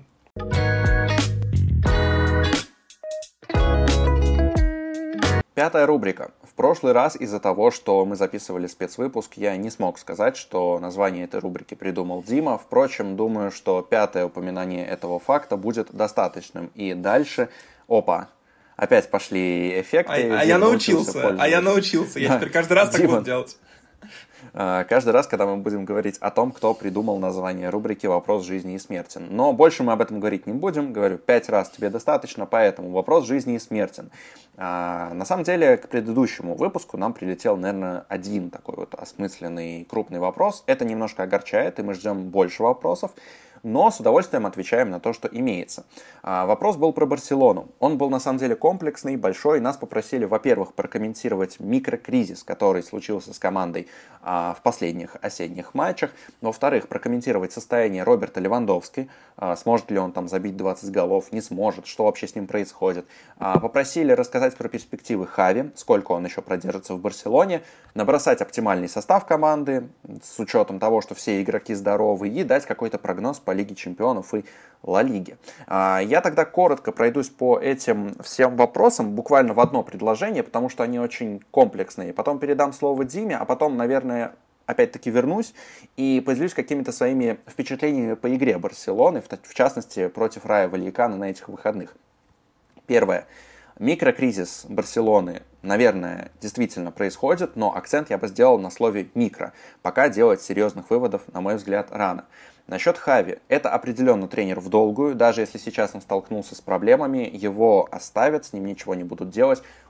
Пятая рубрика. В прошлый раз из-за того, что мы записывали спецвыпуск, я не смог сказать, что название этой рубрики придумал Дима. Впрочем, думаю, что 5-е упоминание этого факта будет достаточным. И дальше... Опа! Опять пошли эффекты. Я научился. Я теперь каждый раз так буду делать. Каждый раз, когда мы будем говорить о том, кто придумал название рубрики «Вопрос жизни и смерти». Но больше мы об этом говорить не будем. Говорю, 5 раз тебе достаточно, поэтому вопрос жизни и смертен. На самом деле, к предыдущему выпуску нам прилетел, наверное, один такой вот осмысленный крупный вопрос. Это немножко огорчает, и мы ждем больше вопросов. Но с удовольствием отвечаем на то, что имеется. Вопрос был про Барселону. Он был на самом деле комплексный, большой. Нас попросили, во-первых, прокомментировать микрокризис, который случился с командой в последних осенних матчах. Во-вторых, прокомментировать состояние Роберта Левандовски. Сможет ли он забить 20 голов, не сможет, что вообще с ним происходит. Попросили рассказать про перспективы Хави, сколько он еще продержится в Барселоне, набросать оптимальный состав команды с учетом того, что все игроки здоровы, и дать какой-то прогноз по Лиге Чемпионов и Ла Лиге. Я тогда коротко пройдусь по этим всем вопросам, буквально в одно предложение, потому что они очень комплексные. Потом передам слово Диме, а потом, наверное, опять-таки вернусь и поделюсь какими-то своими впечатлениями по игре Барселоны, в частности, против Райо Вальякано на этих выходных. Первое. Микрокризис Барселоны, наверное, действительно происходит, но акцент я бы сделал на слове «микро». Пока делать серьезных выводов, на мой взгляд, рано. Насчет Хави. Это определенно тренер в долгую. Даже если сейчас он столкнулся с проблемами, его оставят, с ним ничего не будут делать.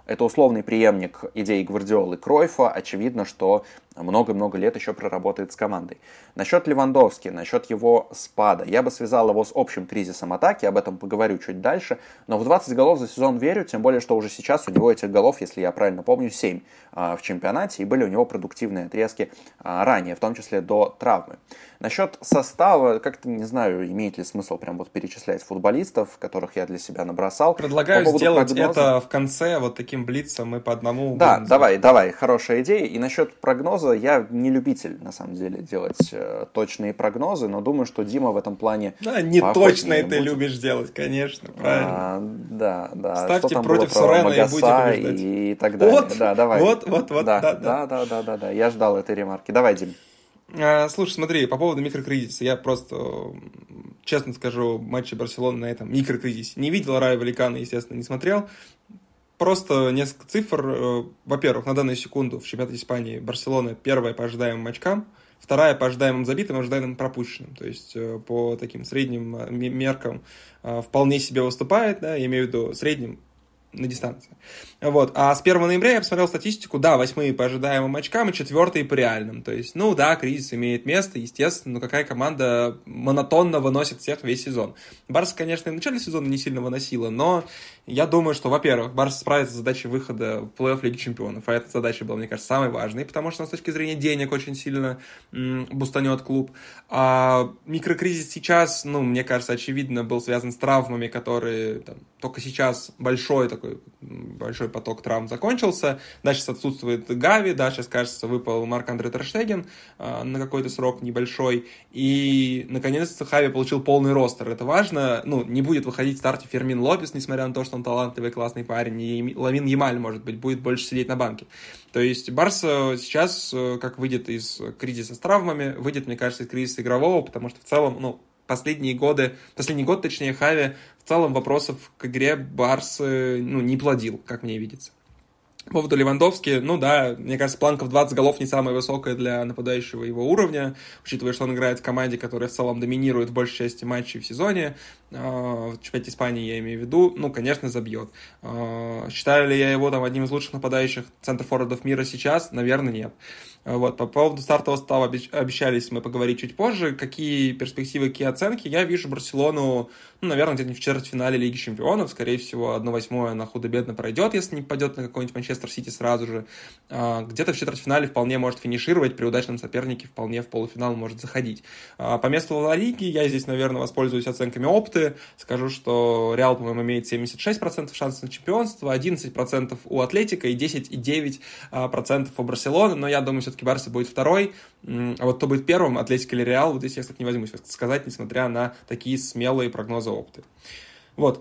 это условный преемник идей Гвардиолы, Кройфа. Очевидно, что много-много лет еще проработает с командой. Насчет Левандовски, насчет его спада. Я бы связал его с общим кризисом атаки, об этом поговорю чуть дальше. Но в 20 голов за сезон верю, тем более, что уже сейчас у него этих голов, если я правильно помню, 7 в чемпионате. И были у него продуктивные отрезки ранее, в том числе до травмы. Насчет состава, как-то не знаю, имеет ли смысл прям вот перечислять футболистов, которых я для себя набросал. Предлагаю сделать это в конце вот таким блицом, мы по одному. Да, давай, хорошая идея. И насчет прогноза, я не любитель, на самом деле, делать точные прогнозы, но думаю, что Дима в этом плане... Да, не точные ты любишь делать, конечно, правильно. Да. Ставьте против Сурена и будете побеждать. И так далее. Вот, да, давай. Вот, Да, я ждал этой ремарки. Давай, Дим. Слушай, смотри, по поводу микрокризиса, я просто, честно скажу, матчи Барселоны на этом микрокризисе не видел, Райо Валлекано, естественно, не смотрел. Просто несколько цифр. Во-первых, на данную секунду в чемпионате Испании Барселона первая по ожидаемым очкам, вторая по ожидаемым забитым, ожидаемым пропущенным. То есть по таким средним меркам вполне себе выступает, да, я имею в виду средним на дистанции. Вот. А с 1 ноября я посмотрел статистику, да, 8-е по ожидаемым очкам и 4-е по реальным. То есть, ну да, кризис имеет место, естественно, но какая команда монотонно выносит всех весь сезон. Барса, конечно, и в начале сезона не сильно выносила, но я думаю, что, во-первых, Барса справится с задачей выхода в плей-офф Лиги Чемпионов, а эта задача была, мне кажется, самой важной, потому что с точки зрения денег очень сильно бустанет клуб. А микрокризис сейчас, ну, мне кажется, очевидно, был связан с травмами, которые там, только сейчас большой поток травм закончился. Да, сейчас отсутствует Гави, да, сейчас, кажется, выпал Марк-Андре Тер Штеген на какой-то срок небольшой. И, наконец-то, Хави получил полный ростер. Это важно. Ну, не будет выходить в старте Фермин Лопес, несмотря на то, что он талантливый, классный парень. И Ламин Ямаль, может быть, будет больше сидеть на банке. То есть Барса сейчас, как выйдет из кризиса с травмами, выйдет, мне кажется, из кризиса игрового, потому что в целом, ну, последний год, точнее, Хави, в целом вопросов к игре Барсы, ну, не плодил, как мне видится. По поводу Левандовски, ну да, мне кажется, планка в 20 голов не самая высокая для нападающего его уровня, учитывая, что он играет в команде, которая в целом доминирует в большей части матчей в сезоне, в чемпионате Испании я имею в виду, ну, конечно, забьет. Считаю ли я его там одним из лучших нападающих центрфорвардов мира сейчас? Наверное, нет. Вот, по поводу стартового состава обещались мы поговорить чуть позже. Какие перспективы, какие оценки? Я вижу Барселону, ну, наверное, где-то в четвертьфинале Лиги Чемпионов. Скорее всего, 1/8 она худо-бедно пройдет, если не пойдет на какой-нибудь Манчестер Сити сразу же. Где-то в четвертьфинале вполне может финишировать, при удачном сопернике вполне в полуфинал может заходить. По месту Ла Лиги я здесь, наверное, воспользуюсь оценками опыты. Скажу, что Реал, по-моему, имеет 76% шансов на чемпионство, 11% у Атлетика и 10,9% у Барселоны. Но я думаю, все-таки Барса будет второй. А вот кто будет первым, Атлетик или Реал, вот здесь я, кстати, не возьмусь сказать, несмотря на такие смелые прогнозы опыты. Вот.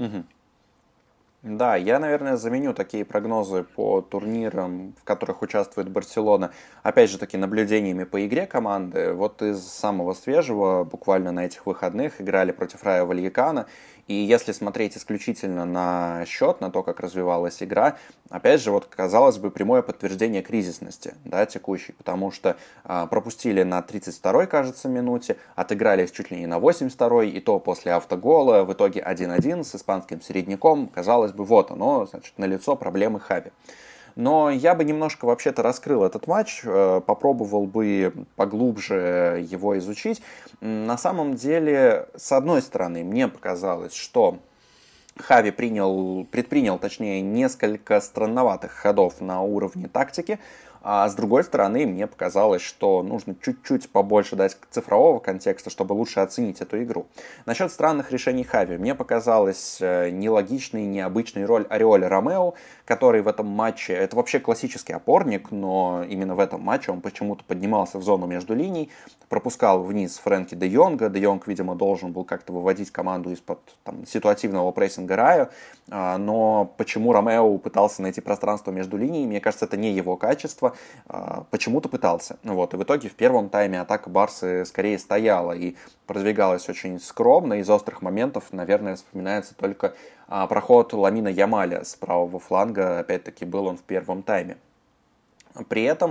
Да, я, наверное, заменю такие прогнозы по турнирам, в которых участвует Барселона, опять же таки, наблюдениями по игре команды. Вот из самого свежего, буквально на этих выходных, играли против Райо Вальекано. И если смотреть исключительно на счет, на то, как развивалась игра, опять же, вот, казалось бы, прямое подтверждение кризисности, да, текущей, потому что пропустили на 32-й, кажется, минуте, отыгрались чуть ли не на 82-й, и то после автогола, в итоге 1-1 с испанским середняком, казалось бы, вот оно, значит, налицо проблемы Хави. Но я бы немножко вообще-то раскрыл этот матч, попробовал бы поглубже его изучить. На самом деле, с одной стороны, мне показалось, что Хави предпринял, точнее, несколько странноватых ходов на уровне тактики, а с другой стороны, мне показалось, что нужно чуть-чуть побольше дать цифрового контекста, чтобы лучше оценить эту игру. Насчет странных решений Хави, мне показалась нелогичной, необычной роль Ореоля Ромео, который в этом матче, это вообще классический опорник, но именно в этом матче он почему-то поднимался в зону между линий, пропускал вниз Фрэнки де Йонга. Де Йонг, видимо, должен был как-то выводить команду из-под ситуативного прессинга Райо, но почему Ромео пытался найти пространство между линиями, мне кажется, это не его качество, почему-то пытался. Вот. И в итоге в первом тайме атака Барсы скорее стояла и продвигалась очень скромно. Из острых моментов, наверное, вспоминается только проход Ламина Ямаля с правого фланга. Опять-таки был он в первом тайме. При этом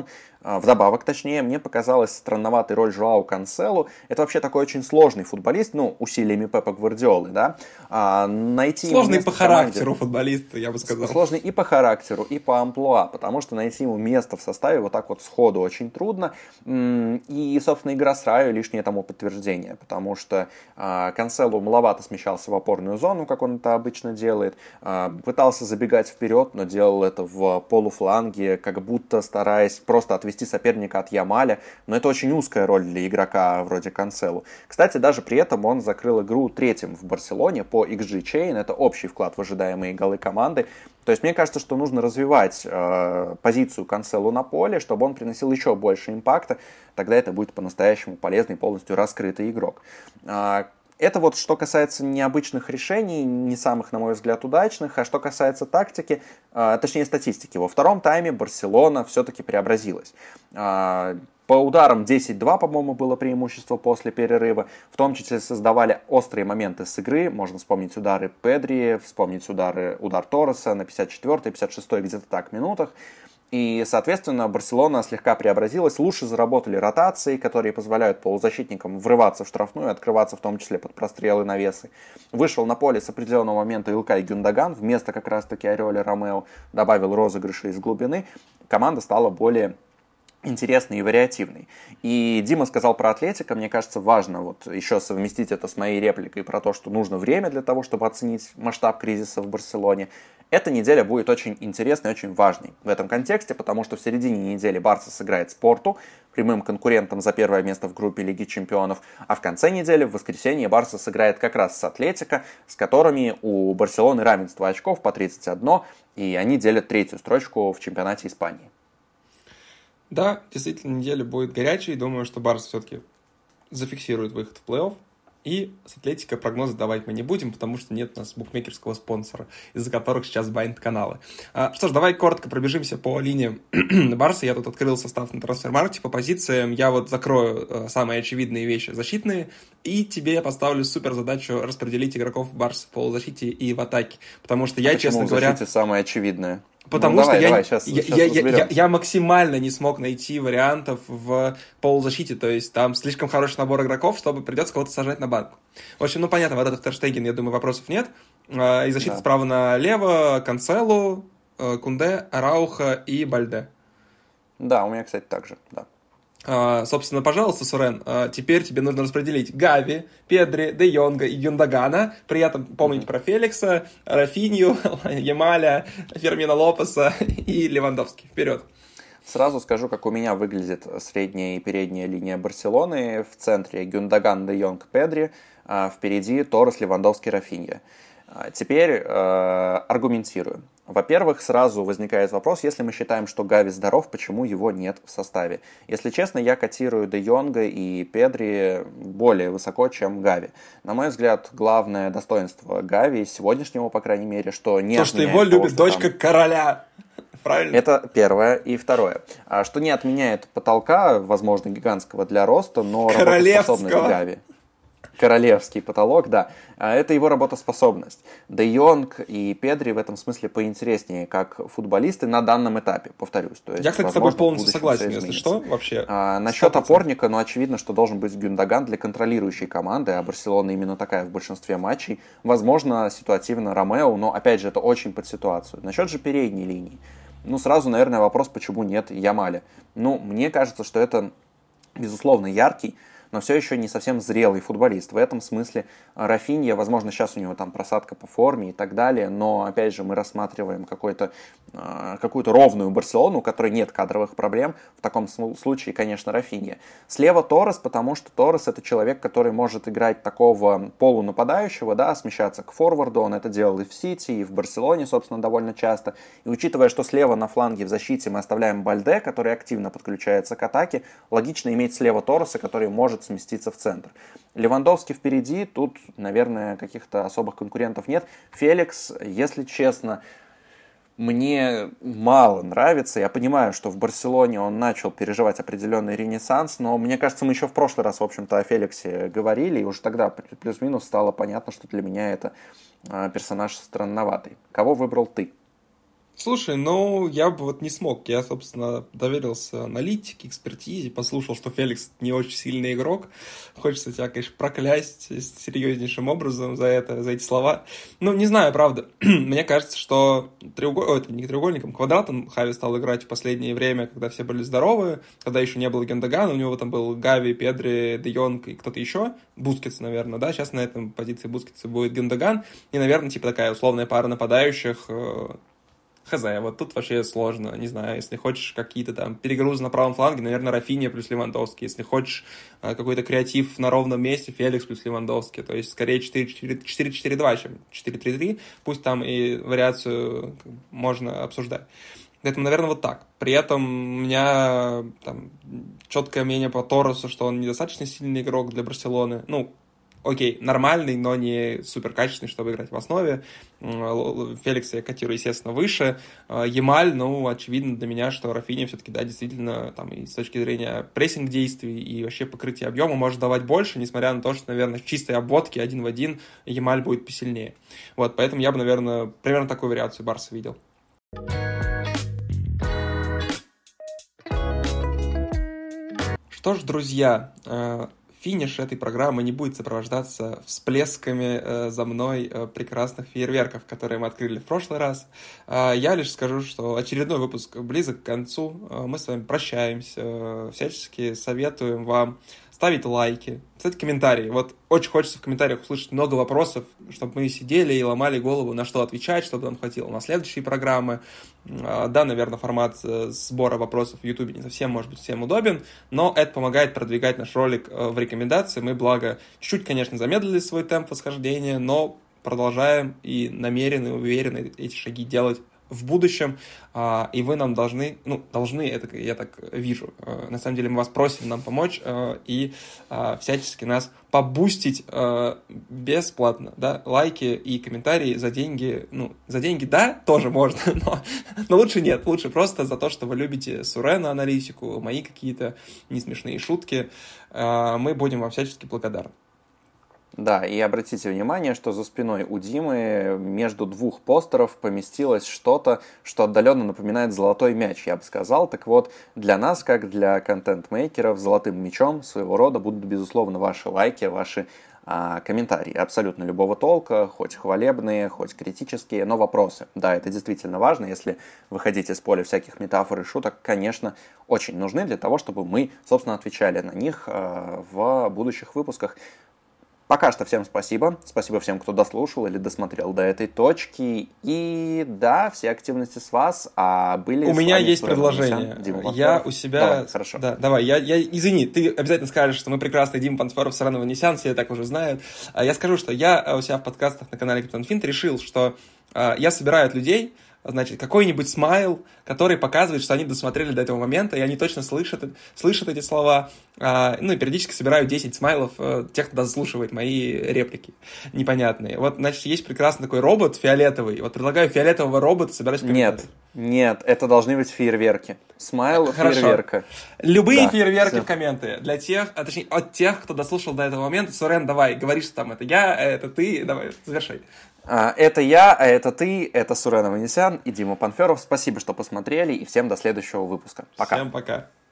Вдобавок, точнее, мне показалась странноватой роль Жоау Канселу. Это вообще такой очень сложный футболист, ну, усилиями Пепа Гвардиолы, да. Найти ему Сложный место по в команде... характеру футболист, я бы сказал. Сложный и по характеру, и по амплуа, потому что найти ему место в составе вот так вот сходу очень трудно. И, собственно, игра с Райо лишнее тому подтверждение, потому что Канселу маловато смещался в опорную зону, как он это обычно делает, пытался забегать вперед, но делал это в полуфланге, как будто стараясь просто отвести соперника от Ямаля, но это очень узкая роль для игрока вроде Канселу. Кстати, даже при этом он закрыл игру третьим в Барселоне по XG Chain, это общий вклад в ожидаемые голы команды. То есть мне кажется, что нужно развивать позицию Канселу на поле, чтобы он приносил еще больше импакта, тогда это будет по-настоящему полезный, полностью раскрытый игрок. Это вот что касается необычных решений, не самых, на мой взгляд, удачных, а что касается тактики, точнее статистики. Во втором тайме Барселона все-таки преобразилась. По ударам 10-2, по-моему, было преимущество после перерыва. В том числе создавали острые моменты с игры. Можно вспомнить удары Педри, вспомнить удар Торреса на 54-й, 56-й, где-то так, минутах. И, соответственно, Барселона слегка преобразилась, лучше заработали ротации, которые позволяют полузащитникам врываться в штрафную, открываться в том числе под прострелы, навесы. Вышел на поле с определенного момента Илкай Гюндоган, вместо как раз-таки Ореоли Ромео, добавил розыгрыши из глубины. Команда стала более интересный и вариативный. И Дима сказал про Атлетико, мне кажется, важно вот еще совместить это с моей репликой про то, что нужно время для того, чтобы оценить масштаб кризиса в Барселоне. Эта неделя будет очень интересной и очень важной в этом контексте, потому что в середине недели Барса сыграет с Порту, прямым конкурентом за первое место в группе Лиги Чемпионов, а в конце недели, в воскресенье, Барса сыграет как раз с Атлетико, с которыми у Барселоны равенство очков по 31, и они делят третью строчку в чемпионате Испании. Да, действительно, неделя будет горячей. Думаю, что Барс все-таки зафиксирует выход в плей-офф. И с Атлетико прогнозы давать мы не будем, потому что нет у нас букмекерского спонсора, из-за которых сейчас байнт каналы. Что ж, давай коротко пробежимся по линиям Барса. Я тут открыл состав на трансфер-маркете по позициям. Я вот закрою самые очевидные вещи защитные. И тебе я поставлю супер задачу распределить игроков Барса в полузащите и в атаке. Потому что я, честно говоря... Почему в защите самое очевидное? Потому что сейчас я максимально не смог найти вариантов в полузащите, то есть там слишком хороший набор игроков, чтобы придется кого-то сажать на банку. В общем, понятно, вот этот Тер Штеген, я думаю, вопросов нет. И защита справа налево, Канцелу, Кунде, Арауха и Бальде. Да, у меня, кстати, так же, да. Собственно, пожалуйста, Сурен, теперь тебе нужно распределить Гави, Педри, Де Йонга и Гюндогана. При этом помнить про Феликса, Рафинью, Ямаля, Фермина Лопеса и Левандовски. Вперед! Сразу скажу, как у меня выглядит средняя и передняя линия Барселоны. В центре Гюндоган, Де Йонг, Педри. Впереди Торрес, Левандовский, Рафинья. Теперь аргументирую. Во-первых, сразу возникает вопрос, если мы считаем, что Гави здоров, почему его нет в составе? Если честно, я котирую Де Йонга и Педри более высоко, чем Гави. На мой взгляд, главное достоинство Гави, сегодняшнего, по крайней мере, что не то, что его любит дочка короля. Правильно? Это первое. И второе. Что не отменяет потолка, возможно, гигантского для роста, но работоспособность Гави. Королевский потолок, да. Это его работоспособность. Де Йонг и Педри в этом смысле поинтереснее как футболисты на данном этапе, повторюсь. То есть, я, кстати, с тобой полностью согласен, если что, вообще. Насчет 100%. Опорника, очевидно, что должен быть Гюндоган для контролирующей команды, а Барселона именно такая в большинстве матчей. Возможно, ситуативно Ромео, но, опять же, это очень под ситуацию. Насчет же передней линии. Сразу, наверное, вопрос, почему нет Ямаля. Мне кажется, что это, безусловно, яркий, но все еще не совсем зрелый футболист. В этом смысле Рафинья, возможно, сейчас у него там просадка по форме и так далее, но, опять же, мы рассматриваем какую-то ровную Барселону, у которой нет кадровых проблем. В таком случае, конечно, Рафинья. Слева Торрес, потому что Торрес — это человек, который может играть такого полунападающего, да, смещаться к форварду. Он это делал и в Сити, и в Барселоне, собственно, довольно часто. И учитывая, что слева на фланге в защите мы оставляем Бальде, который активно подключается к атаке, логично иметь слева Торреса, который может сместиться в центр. Левандовский впереди, тут, наверное, каких-то особых конкурентов нет. Феликс, если честно, мне мало нравится. Я понимаю, что в Барселоне он начал переживать определенный ренессанс, но мне кажется, мы еще в прошлый раз, в общем-то, о Феликсе говорили, и уже тогда плюс-минус стало понятно, что для меня это персонаж странноватый. Кого выбрал ты? Слушай, ну, я бы вот не смог. Я, собственно, доверился аналитике, экспертизе, послушал, что Феликс не очень сильный игрок. Хочется тебя, конечно, проклясть серьезнейшим образом за это, за эти слова. Ну, не знаю, правда. Мне кажется, что это не треугольником, квадратом Хави стал играть в последнее время, когда все были здоровы, когда еще не было Гюндогана, у него там был Гави, Педри, Де Йонг и кто-то еще, Бускетс, наверное, да, сейчас на этом позиции Бускетса будет Гюндоган, и, наверное, типа такая условная пара нападающих. Хз, вот тут вообще сложно, не знаю, если хочешь какие-то там перегрузы на правом фланге, наверное, Рафинья плюс Левандовский, если хочешь какой-то креатив на ровном месте, Феликс плюс Левандовский, то есть скорее 4-4-2, чем 4-3-3, пусть там и вариацию можно обсуждать. Поэтому, наверное, вот так. При этом у меня там четкое мнение по Торресу, что он недостаточно сильный игрок для Барселоны, ну, окей, нормальный, но не суперкачественный, чтобы играть в основе. Феликса я котирую, естественно, выше. Ямаль, ну, очевидно для меня, что Рафинья все-таки, да, действительно, там, и с точки зрения прессинг-действий и вообще покрытия объема может давать больше, несмотря на то, что, наверное, в чистой обводке 1 в 1 Ямаль будет посильнее. Вот, поэтому я бы, наверное, примерно такую вариацию Барса видел. Что ж, друзья, финиш этой программы не будет сопровождаться всплесками за мной прекрасных фейерверков, которые мы открыли в прошлый раз. Я лишь скажу, что очередной выпуск близок к концу. Мы с вами прощаемся. Всячески советуем вам ставить лайки, писать комментарии. Вот очень хочется в комментариях услышать много вопросов, чтобы мы сидели и ломали голову, на что отвечать, чтобы нам хватило на следующие программы. Да, наверное, формат сбора вопросов в YouTube не совсем, может быть, всем удобен, но это помогает продвигать наш ролик в рекомендации. Мы, благо, чуть-чуть, конечно, замедлили свой темп восхождения, но продолжаем и намерены, уверены эти шаги делать в будущем, и вы нам должны, это я так вижу, на самом деле мы вас просим нам помочь и всячески нас побустить бесплатно, да, лайки и комментарии за деньги, да, тоже можно, но лучше нет, лучше просто за то, что вы любите Сурена аналитику, мои какие-то несмешные шутки, мы будем вам всячески благодарны. Да, и обратите внимание, что за спиной у Димы между двух постеров поместилось что-то, что отдаленно напоминает золотой мяч, я бы сказал. Так вот, для нас, как для контент-мейкеров, золотым мячом своего рода будут, безусловно, ваши лайки, ваши комментарии абсолютно любого толка, хоть хвалебные, хоть критические, но вопросы. Да, это действительно важно, если выходить из поля всяких метафор и шуток, конечно, очень нужны для того, чтобы мы, собственно, отвечали на них в будущих выпусках. Пока что всем спасибо. Спасибо всем, кто дослушал или досмотрел до этой точки. И да, все активности с вас. Были у меня есть предложение. Я у себя... Давай, хорошо. Да, давай, извини, ты обязательно скажешь, что мы прекрасный Дима Панферов, Сурен Ованесян, все так уже знают. Я скажу, что я у себя в подкастах на канале Капитан Финт решил, что я собираю от людей, значит, какой-нибудь смайл, который показывает, что они досмотрели до этого момента, и они точно слышат эти слова. И периодически собираю 10 смайлов тех, кто дослушивает мои реплики непонятные. Вот, значит, есть прекрасный такой робот фиолетовый. Вот предлагаю фиолетового робота собирать в комментариях. Нет, это должны быть фейерверки. Смайл, фейерверка. Любые фейерверки в комменты. Для тех, точнее, от тех, кто дослушал до этого момента. Сурен, давай, говори, что там это я, это ты, давай, завершай. Это я, а это ты, это Сурен Ованесян и Дима Панферов. Спасибо, что посмотрели, и всем до следующего выпуска. Пока. Всем пока.